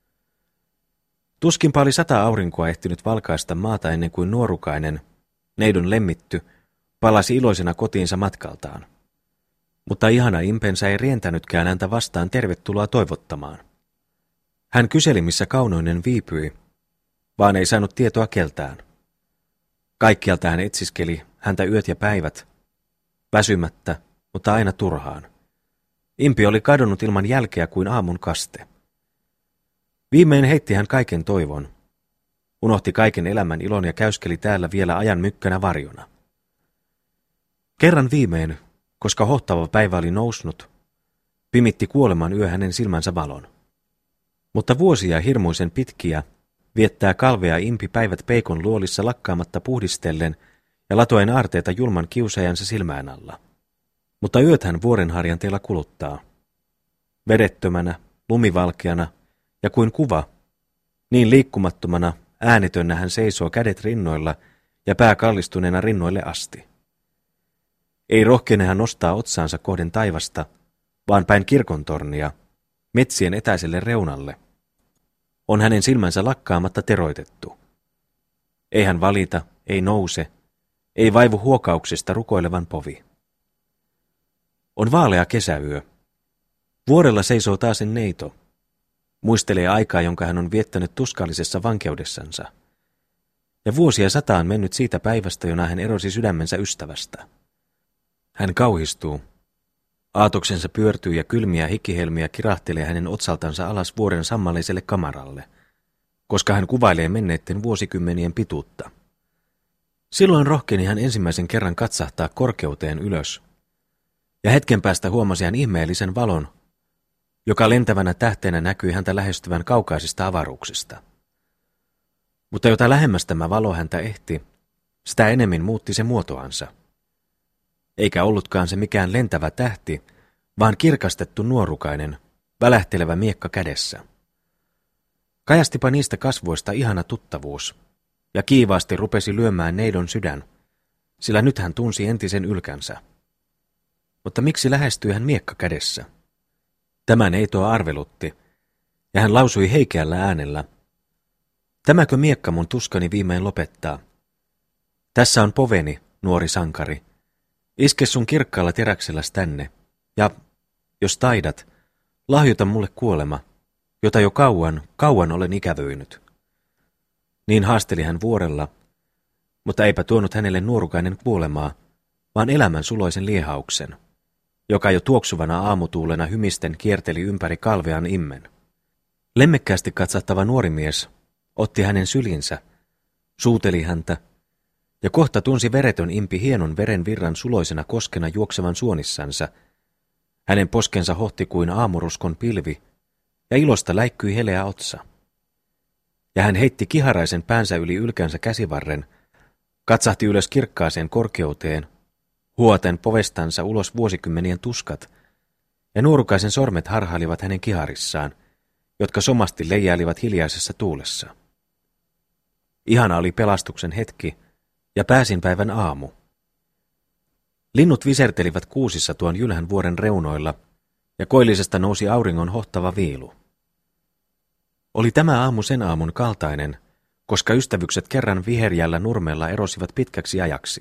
Tuskinpa oli 100 aurinkoa ehtinyt valkaista maata ennen kuin nuorukainen, neidon lemmitty, palasi iloisena kotiinsa matkaltaan. Mutta ihana impensä ei rientänytkään häntä vastaan tervetuloa toivottamaan. Hän kyseli, missä kaunoinen viipyi, vaan ei saanut tietoa keltään. Kaikkialta hän etsiskeli häntä yöt ja päivät, väsymättä, mutta aina turhaan. Impi oli kadonnut ilman jälkeä kuin aamun kaste. Viimein heitti hän kaiken toivon, unohti kaiken elämän ilon ja käyskeli täällä vielä ajan mykkänä varjona. Kerran viimein, koska hohtava päivä oli noussut, pimitti kuoleman yö hänen silmänsä valon. Mutta vuosia hirmuisen pitkiä viettää kalvea impi päivät peikon luolissa lakkaamatta puhdistellen ja latoen aarteita julman kiusaajansa silmään alla. Mutta yöt hän vuorenharjanteella kuluttaa. Verettömänä, lumivalkeana ja kuin kuva, niin liikkumattomana, äänetönnä hän seisoo kädet rinnoilla ja pää kallistuneena rinnoille asti. Ei rohkene hän nostaa otsaansa kohden taivasta, vaan päin kirkontornia, metsien etäiselle reunalle. On hänen silmänsä lakkaamatta teroitettu. Ei hän valita, ei nouse, ei vaivu huokauksesta rukoilevan povi. On vaalea kesäyö. Vuorella seisoo taasen neito. Muistelee aikaa, jonka hän on viettänyt tuskallisessa vankeudessansa. Ja vuosia 100 on mennyt siitä päivästä, jona hän erosi sydämensä ystävästä. Hän kauhistuu. Aatoksensa pyörtyy ja kylmiä hikihelmiä kirahtelee hänen otsaltansa alas vuoren sammalliselle kamaralle, koska hän kuvailee menneiden vuosikymmenien pituutta. Silloin rohkeni hän ensimmäisen kerran katsahtaa korkeuteen ylös, ja hetken päästä huomasi hän ihmeellisen valon, joka lentävänä tähteenä näkyi häntä lähestyvän kaukaisista avaruuksista. Mutta jota lähemmäs tämä valo häntä ehti, sitä enemmän muutti se muotoansa. Eikä ollutkaan se mikään lentävä tähti, vaan kirkastettu nuorukainen, välähtelevä miekka kädessä. Kajastipa niistä kasvoista ihana tuttavuus, ja kiivaasti rupesi lyömään neidon sydän, sillä nyt hän tunsi entisen ylkänsä. Mutta miksi lähestyi hän miekka kädessä? Tämä neitoa arvelutti, ja hän lausui heikeällä äänellä: "Tämäkö miekka mun tuskani viimein lopettaa? Tässä on poveni, nuori sankari. Iske sun kirkkaalla teräkselläs tänne, ja, jos taidat, lahjoita mulle kuolema, jota jo kauan olen ikävöinyt." Niin haasteli hän vuorella, mutta eipä tuonut hänelle nuorukainen kuolemaa, vaan elämän suloisen liehauksen, joka jo tuoksuvana aamutuulena hymisten kierteli ympäri kalvean immen. Lemmekkäästi katsattava nuori mies otti hänen sylinsä, suuteli häntä, ja kohta tunsi veretön impi hienon veren virran suloisena koskena juoksevan suonissansa. Hänen poskensa hohti kuin aamuruskon pilvi, ja ilosta läikkyi heleä otsa. Ja hän heitti kiharaisen päänsä yli ylkänsä käsivarren, katsahti ylös kirkkaaseen korkeuteen, huoten povestansa ulos vuosikymmenien tuskat, ja nuorukaisen sormet harhailivat hänen kiharissaan, jotka somasti leijailivat hiljaisessa tuulessa. Ihana oli pelastuksen hetki ja pääsinpäivän aamu. Linnut visertelivät kuusissa tuon jylhän vuoren reunoilla, ja koillisesta nousi auringon hohtava viilu. Oli tämä aamu sen aamun kaltainen, koska ystävykset kerran viherjällä nurmella erosivat pitkäksi ajaksi.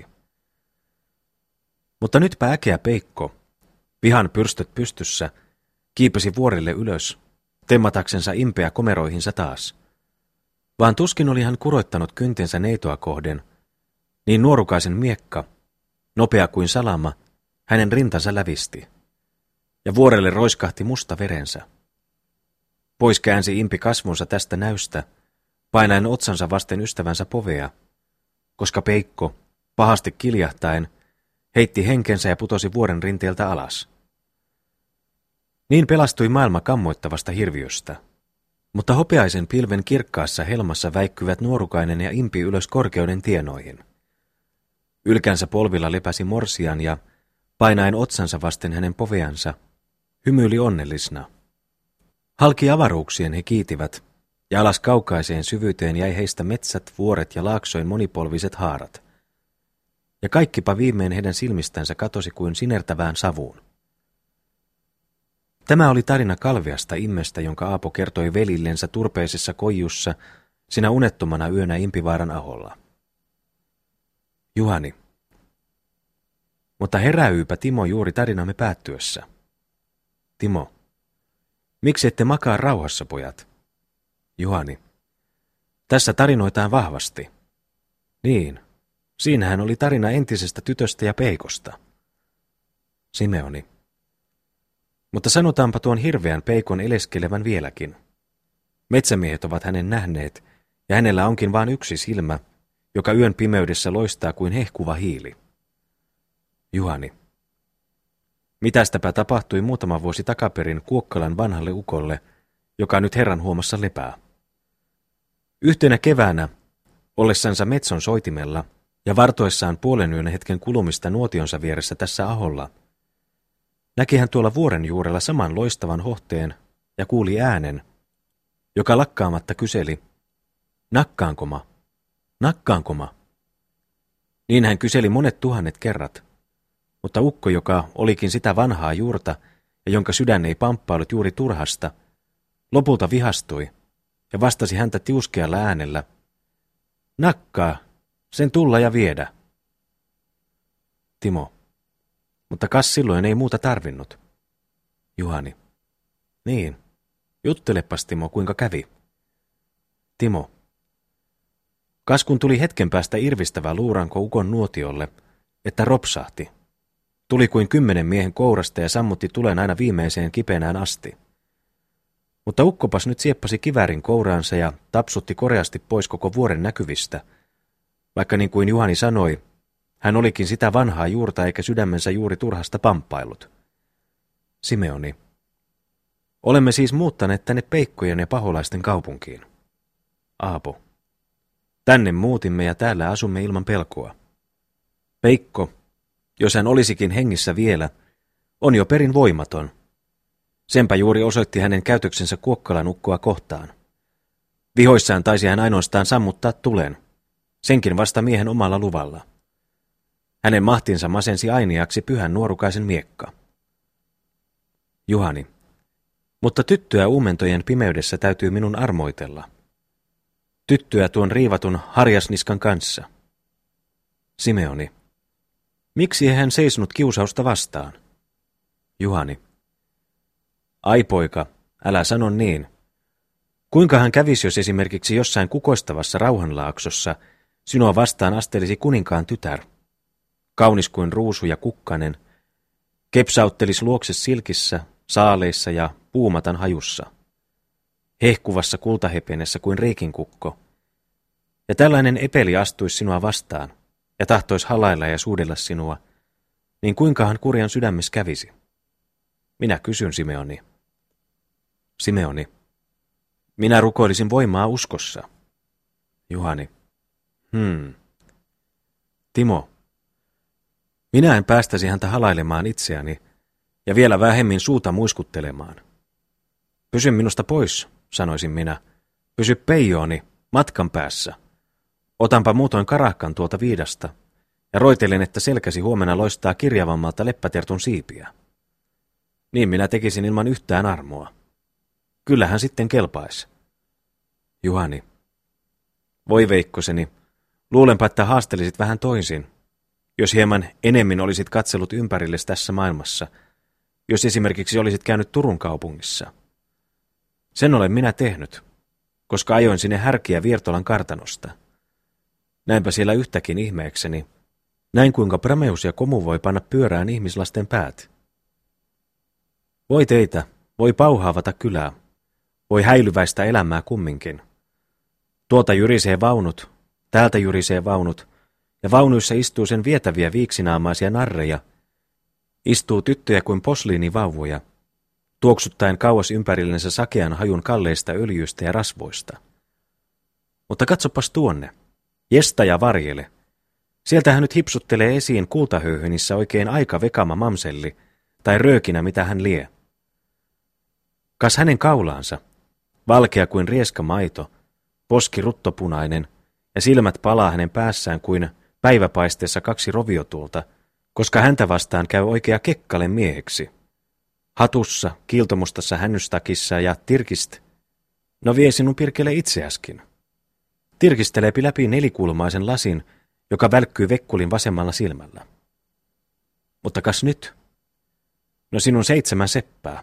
Mutta nytpä äkeä Peikko, vihan pyrstöt pystyssä, kiipesi vuorille ylös, temmataksensa impeä komeroihinsa taas. Vaan tuskin oli hän kuroittanut kyntensä neitoa kohden, niin nuorukaisen miekka, nopea kuin salama, hänen rintansa lävisti, ja vuorelle roiskahti musta verensä. Pois käänsi impi kasvonsa tästä näystä, painaen otsansa vasten ystävänsä povea, koska Peikko, pahasti kiljahtaen, heitti henkensä ja putosi vuoren rinteeltä alas. Niin pelastui maailma kammoittavasta hirviöstä, mutta hopeaisen pilven kirkkaassa helmassa väikkyvät nuorukainen ja impi ylös korkeuden tienoihin. Ylkänsä polvilla lepäsi morsian ja, painaen otsansa vasten hänen poveansa, hymyili onnellisena. Halki avaruuksien he kiitivät, ja alas kaukaiseen syvyyteen jäi heistä metsät, vuoret ja laaksoin monipolviset haarat. Ja kaikkipa viimein heidän silmistänsä katosi kuin sinertävään savuun. Tämä oli tarina kalveasta immestä, jonka Aapo kertoi velillensä turpeisessa koijussa sinä unettomana yönä Impivaaran aholla. Juhani. Mutta herääypä Timo juuri tarinamme päättyessä. Timo. Miksi ette makaa rauhassa, pojat? Juhani. Tässä tarinoitaan vahvasti. Niin. Siinähän oli tarina entisestä tytöstä ja Peikosta. Simeoni. Mutta sanotaanpa tuon hirveän Peikon eleskelevän vieläkin. Metsämiehet ovat hänen nähneet, ja hänellä onkin vain yksi silmä, joka yön pimeydessä loistaa kuin hehkuva hiili. Juhani. Mitästäpä tapahtui muutama vuosi takaperin Kuokkalan vanhalle ukolle, joka nyt Herran huomassa lepää. Yhtenä keväänä, ollessansa metson soitimella ja vartoessaan puolen yön hetken kulumista nuotionsa vieressä tässä aholla, näki hän tuolla vuoren juurella saman loistavan hohteen ja kuuli äänen, joka lakkaamatta kyseli, nakkaankoma, nakkaankoma. Niin hän kyseli monet tuhannet kerrat, mutta ukko, joka olikin sitä vanhaa juurta ja jonka sydän ei pamppailut juuri turhasta, lopulta vihastui ja vastasi häntä tiuskealla äänellä, nakkaa, sen tulla ja viedä. Timo. Mutta kas silloin ei muuta tarvinnut. Juhani. Niin. Juttelepas, Timo, kuinka kävi. Timo. Kas kun tuli hetken päästä irvistävä luuranko ukon nuotiolle, että ropsahti. Tuli kuin 10 miehen kourasta ja sammutti tulen aina viimeiseen kipenään asti. Mutta ukkopas nyt sieppasi kiväärin kouraansa ja tapsutti koreasti pois koko vuoren näkyvistä, Vaikka niin kuin Juhani sanoi, hän olikin sitä vanhaa juurta eikä sydämensä juuri turhasta pamppailut. Simeoni. Olemme siis muuttaneet tänne peikkojen ja paholaisten kaupunkiin. Aapo. Tänne muutimme ja täällä asumme ilman pelkoa. Peikko, jos hän olisikin hengissä vielä, on jo perin voimaton. Senpä juuri osoitti hänen käytöksensä Kuokkalan ukkoa kohtaan. Vihoissaan taisi hän ainoastaan sammuttaa tulen, senkin vasta miehen omalla luvalla. Hänen mahtinsa masensi ainiaksi pyhän nuorukaisen miekka. Juhani. Mutta tyttöä uumentojen pimeydessä täytyy minun armoitella. Tyttöä tuon riivatun harjasniskan kanssa. Simeoni. Miksi ei hän seisonut kiusausta vastaan? Juhani. Ai poika, älä sano niin. Kuinka hän kävisi, jos esimerkiksi jossain kukoistavassa rauhanlaaksossa sinua vastaan astelisi kuninkaan tytär? Kaunis kuin ruusu ja kukkanen, kepsauttelisi luokse silkissä, saaleissa ja puumatan hajussa, hehkuvassa kultahepenessä kuin reikinkukko. Ja tällainen epeli astuisi sinua vastaan ja tahtoisi halailla ja suudella sinua, niin kuinkahan kurjan sydämessä kävisi? Minä kysyn, Simeoni. Simeoni. Minä rukoilisin voimaa uskossa. Juhani. Timo. Minä en päästäisi häntä halailemaan itseäni ja vielä vähemmin suuta muiskuttelemaan. Pysy minusta pois, sanoisin minä. Pysy peijooni, matkan päässä. Otanpa muutoin karahkan tuolta viidasta ja roitelen, että selkäsi huomenna loistaa kirjavammalta leppätertun siipiä. Niin minä tekisin ilman yhtään armoa. Kyllähän sitten kelpaisi. Juhani. Voi veikkoseni, luulenpa, että haastelisit vähän toisin. Jos hieman enemmän olisit katsellut ympärillesi tässä maailmassa, jos esimerkiksi olisit käynyt Turun kaupungissa. Sen olen minä tehnyt, koska ajoin sinne härkiä Viertolan kartanosta. Näinpä siellä yhtäkin ihmeekseni, näin kuinka Prameus ja Komu voi panna pyörään ihmislasten päät. Voi teitä, voi pauhaavata kylää, voi häilyväistä elämää kumminkin. Tuolta jyrisee vaunut, täältä jyrisee vaunut, ja vaunuissa istuu sen vietäviä viiksinaamaisia narreja, istuu tyttöjä kuin posliinivauvoja, tuoksuttaen kauas ympärillensä sakean hajun kalleista öljyistä ja rasvoista. Mutta katsopas tuonne, jesta ja varjele. Sieltähän nyt hipsuttelee esiin kultahöyhenissä oikein aika vekama mamselli, tai röökinä mitä hän lie. Kas hänen kaulaansa, valkea kuin rieska maito, poski ruttopunainen, ja silmät palaa hänen päässään kuin päiväpaisteessa 2 roviotulta, koska häntä vastaan käy oikea kekkale mieheksi. Hatussa, kiiltomustassa hännystakissa ja tirkist. No vie sinun pirkele itseäskin. Tirkisteleepi läpi nelikulmaisen lasin, joka välkkyy vekkulin vasemmalla silmällä. Mutta kas nyt? No sinun 7 seppää.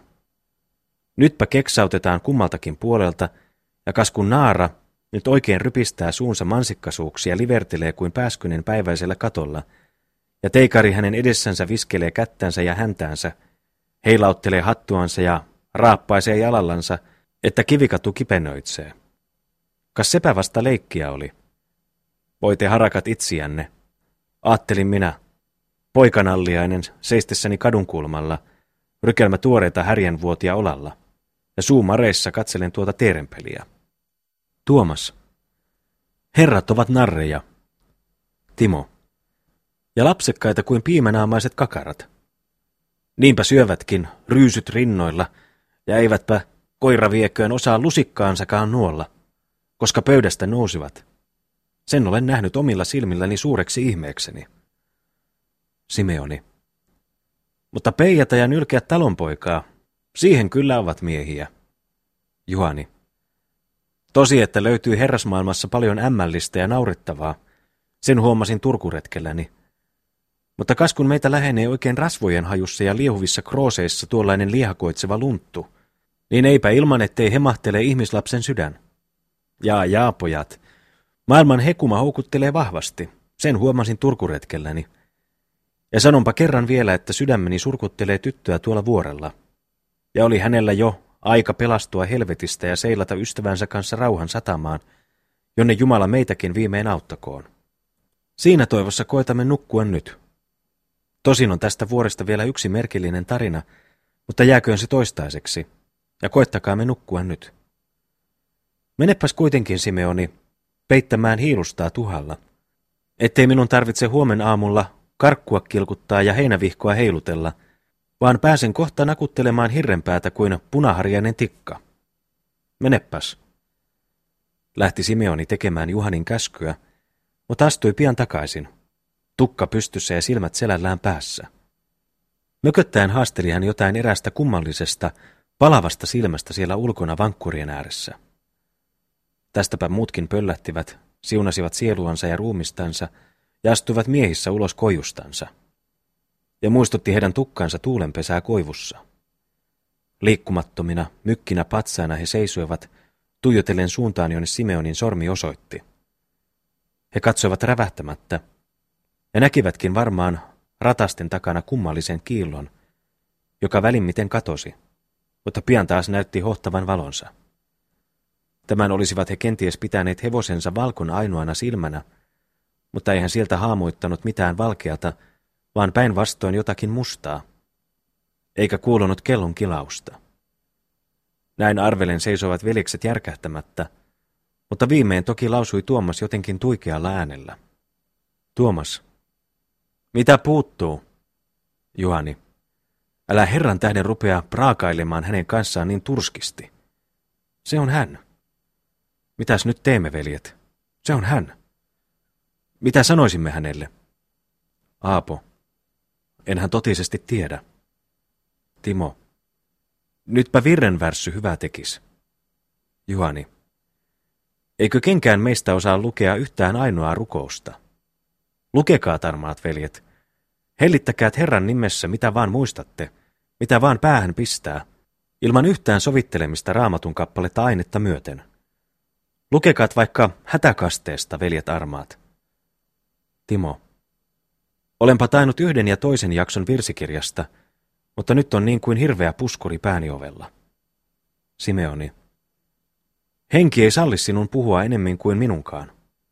Nytpä keksautetaan kummaltakin puolelta, ja kas kun naara nyt oikein rypistää suunsa mansikkasuuksia livertelee kuin pääskynen päiväisellä katolla, ja teikari hänen edessänsä viskelee kättänsä ja häntäänsä, heilauttelee hattuansa ja raappaisee jalallansa, että kivikatu kipenöitsee. Kas sepä vasta leikkiä oli. Voi te harakat itsiänne, aattelin minä, poikanalliainen seistessäni kadunkulmalla, rykelmä tuoreita härjänvuotia olalla, ja suu mareissa katselen tuota teerenpeliä. Tuomas. Herrat ovat narreja. Timo. Ja lapsekkaita kuin piimänaamaiset kakarat. Niinpä syövätkin ryysyt rinnoilla, ja eivätpä koira vieköön osaa lusikkaansakaan nuolla, koska pöydästä nousivat. Sen olen nähnyt omilla silmilläni suureksi ihmeekseni. Simeoni. Mutta peijata ja nylkeä talonpoikaa, siihen kyllä ovat miehiä. Juhani. Tosi, että löytyy herrasmaailmassa paljon ämmällistä ja naurettavaa, sen huomasin Turkuretkelläni. Mutta kas kun meitä lähenee oikein rasvojen hajussa ja liehuvissa krooseissa tuollainen liehakoitseva lunttu, niin eipä ilman, ettei hemahtele ihmislapsen sydän. Jaa, pojat. Maailman hekuma houkuttelee vahvasti, sen huomasin Turkuretkelläni. Ja sanonpa kerran vielä, että sydämeni surkuttelee tyttöä tuolla vuorella. Ja oli hänellä jo aika pelastua helvetistä ja seilata ystävänsä kanssa rauhan satamaan, jonne Jumala meitäkin viimein auttakoon. Siinä toivossa koetamme nukkua nyt. Tosin on tästä vuoresta vielä yksi merkillinen tarina, mutta jääköön se toistaiseksi, ja koettakaamme nukkua nyt. Menepäs kuitenkin, Simeoni, peittämään hiilustaa tuhalla, ettei minun tarvitse huomen aamulla karkkua kilkuttaa ja heinävihkoa heilutella, vaan pääsen kohta nakuttelemaan hirrenpäätä kuin punaharjainen tikka. Menepäs. Lähti Simeoni tekemään Juhanin käskyä, mutta astui pian takaisin, tukka pystyssä ja silmät selällään päässä. Mököttäen haasteli hän jotain eräästä kummallisesta, palavasta silmästä siellä ulkona vankkurien ääressä. Tästäpä muutkin pöllähtivät, siunasivat sieluansa ja ruumistansa ja astuivat miehissä ulos koijustansa. Ja muistutti heidän tukkansa tuulenpesää koivussa. Liikkumattomina, mykkinä patsaina he seisoivat, tuijotellen suuntaan, jonne Simeonin sormi osoitti. He katsoivat rävähtämättä, ja näkivätkin varmaan ratasten takana kummallisen kiillon, joka välimmiten katosi, mutta pian taas näytti hohtavan valonsa. Tämän olisivat he kenties pitäneet hevosensa valkon ainoana silmänä, mutta eihän sieltä haamuittanut mitään valkeata, vaan päinvastoin jotakin mustaa, eikä kuulunut kellon kilausta. Näin arvelen seisoivat veljekset järkähtämättä, mutta viimein toki lausui Tuomas jotenkin tuikealla äänellä. Tuomas. Mitä puuttuu? Juhani. Älä Herran tähden rupea praakailemaan hänen kanssaan niin turskisti. Se on hän. Mitäs nyt teemme, veljet? Se on hän. Mitä sanoisimme hänelle? Aapo. Enhän totisesti tiedä. Timo. Nytpä virrenvärssy hyvä tekis. Juhani. Eikö kenkään meistä osaa lukea yhtään ainoaa rukousta? Lukekaa, armaat veljet. Hellittäkäät Herran nimessä, mitä vaan muistatte, mitä vaan päähän pistää, ilman yhtään sovittelemista Raamatun kappaletta ainetta myöten. Lukekaat vaikka hätäkasteesta, veljet armaat. Timo. Olenpa tainnut yhden ja toisen jakson virsikirjasta, mutta nyt on niin kuin hirveä puskuri pääni ovella. Simeoni. Henki ei salli sinun puhua enemmän kuin minunkaan.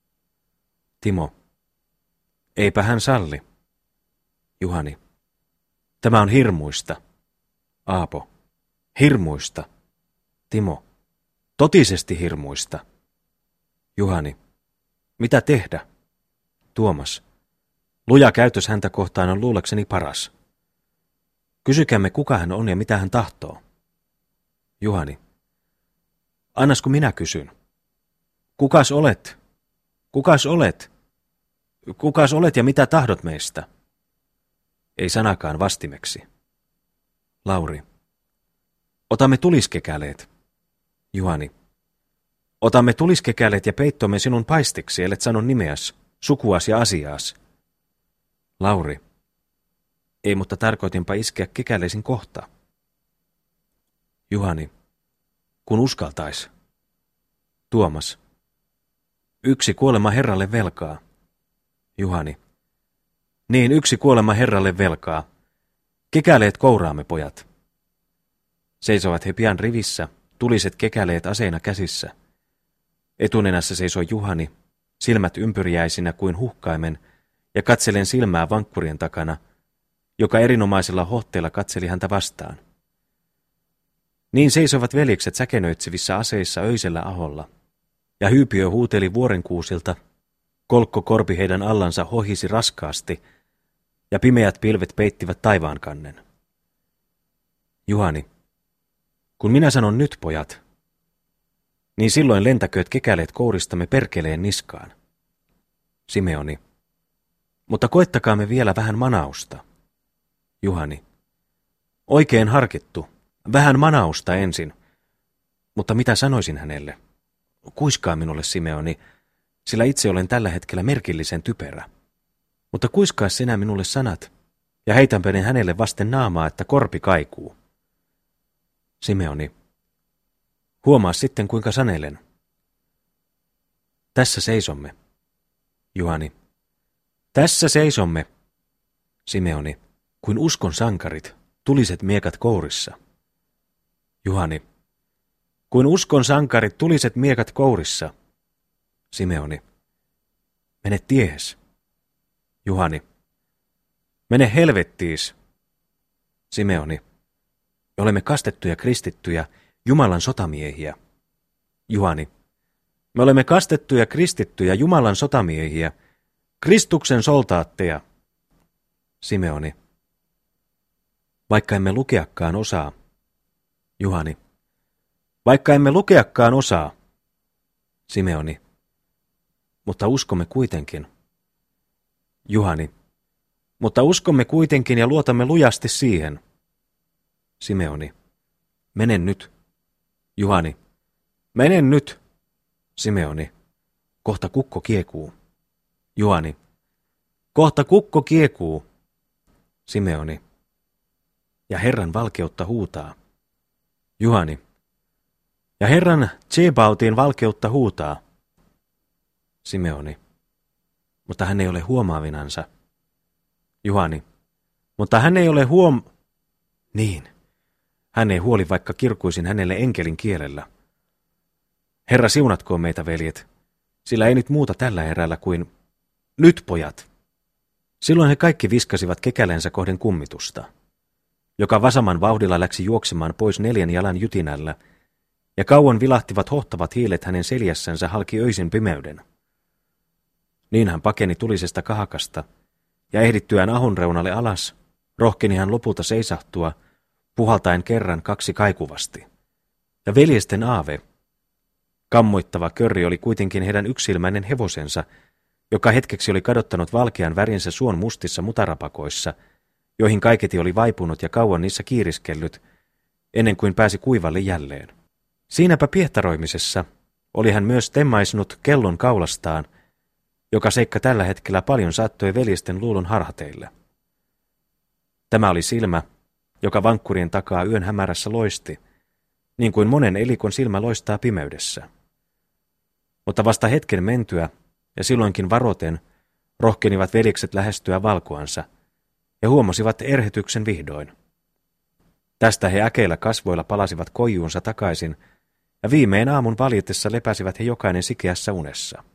Timo. Eipä hän salli. Juhani. Tämä on hirmuista. Aapo. Hirmuista. Timo. Totisesti hirmuista. Juhani. Mitä tehdä? Tuomas. Luja käytös häntä kohtaan on luulekseni paras. Kysykäämme, kuka hän on ja mitä hän tahtoo. Juhani. Annasko minä kysyn? Kukas olet? Kukas olet? Kukas olet ja mitä tahdot meistä? Ei sanakaan vastimeksi. Lauri. Otamme tuliskekäleet. Juhani. Otamme tuliskekäleet ja peittomme sinun paistiksi, ellet sano nimeäs, sukuas ja asiaas. Lauri. Ei, mutta tarkoitinpa iskeä kekäleisin kohta. Juhani. Kun uskaltais. Tuomas. Yksi kuolema Herralle velkaa. Juhani. Niin, yksi kuolema Herralle velkaa. Kekäleet kouraamme, pojat. Seisovat he pian rivissä, tuliset kekäleet aseina käsissä. Etunenässä seisoi Juhani, silmät ympyriäisinä kuin huhkaimen, ja katselen silmää vankkurien takana, joka erinomaisella hohteella katseli häntä vastaan. Niin seisovat veljekset säkenöitsevissä aseissa öisellä aholla, ja hyypiö huuteli vuorenkuusilta, kolkko korpi heidän allansa hohisi raskaasti, ja pimeät pilvet peittivät taivaankannen. Juhani. Kun minä sanon nyt, pojat, niin silloin lentäkööt kekäleet kouristamme perkeleen niskaan. Simeoni. Mutta koettakaamme vielä vähän manausta. Juhani. Oikein harkittu. Vähän manausta ensin. Mutta mitä sanoisin hänelle? Kuiskaa minulle, Simeoni, sillä itse olen tällä hetkellä merkillisen typerä. Mutta kuiskaa sinä minulle sanat, ja heitänpä ne hänelle vasten naamaa, että korpi kaikuu. Simeoni. Huomaa sitten, kuinka sanelen. Tässä seisomme. Juhani. Tässä seisomme. Simeoni. Kuin uskon sankarit, tuliset miekat kourissa. Juhani. Kuin uskon sankarit, tuliset miekat kourissa. Simeoni. Mene tiehes. Juhani. Mene helvettiis. Simeoni. Me olemme kastettuja kristittyjä, Jumalan sotamiehiä. Juhani. Me olemme kastettuja kristittyjä, Jumalan sotamiehiä, Kristuksen soltaatteja. Simeoni. Vaikka emme lukeakaan osaa. Juhani. Vaikka emme lukeakaan osaa. Simeoni. Mutta uskomme kuitenkin. Juhani. Mutta uskomme kuitenkin ja luotamme lujasti siihen. Simeoni. Mene nyt. Juhani. Mene nyt. Simeoni. Kohta kukko kiekuu. Juhani. Kohta kukko kiekuu. Simeoni. Ja Herran valkeutta huutaa. Juhani. Ja Herran Tsebautin valkeutta huutaa. Simeoni. Mutta hän ei ole huomaavinansa. Juhani. Mutta hän ei ole Niin. Hän ei huoli, vaikka kirkuisin hänelle enkelin kielellä. Herra siunatkoon meitä, veljet, sillä ei nyt muuta tällä erällä kuin nyt, pojat. Silloin he kaikki viskasivat kekäleensä kohden kummitusta, joka vasaman vauhdilla läksi juoksemaan pois 4 jalan jytinällä, ja kauan vilahtivat hohtavat hiilet hänen seljässänsä halki öisin pimeyden. Niin hän pakeni tulisesta kahakasta, ja ehdittyään ahon reunalle alas, rohkeni hän lopulta seisahtua, puhaltaen kerran 2 kaikuvasti. Ja veljesten aave, kammoittava körri, oli kuitenkin heidän yksilmäinen hevosensa, joka hetkeksi oli kadottanut valkean värinsä suon mustissa mutarapakoissa, joihin kaiketi oli vaipunut ja kauan niissä kiiriskellyt, ennen kuin pääsi kuivalle jälleen. Siinäpä piehtaroimisessa oli hän myös temmaisnut kellon kaulastaan, joka seikka tällä hetkellä paljon saattoi veljesten luulon harhateille. Tämä oli silmä, joka vankkurien takaa yön hämärässä loisti, niin kuin monen elikon silmä loistaa pimeydessä. Mutta vasta hetken mentyä, ja silloinkin varoten, rohkenivat veljekset lähestyä valkoansa, ja huomasivat erhetyksen vihdoin. Tästä he äkeillä kasvoilla palasivat koijuunsa takaisin, ja viimein aamun valjetessa lepäsivät he jokainen sikeässä unessa.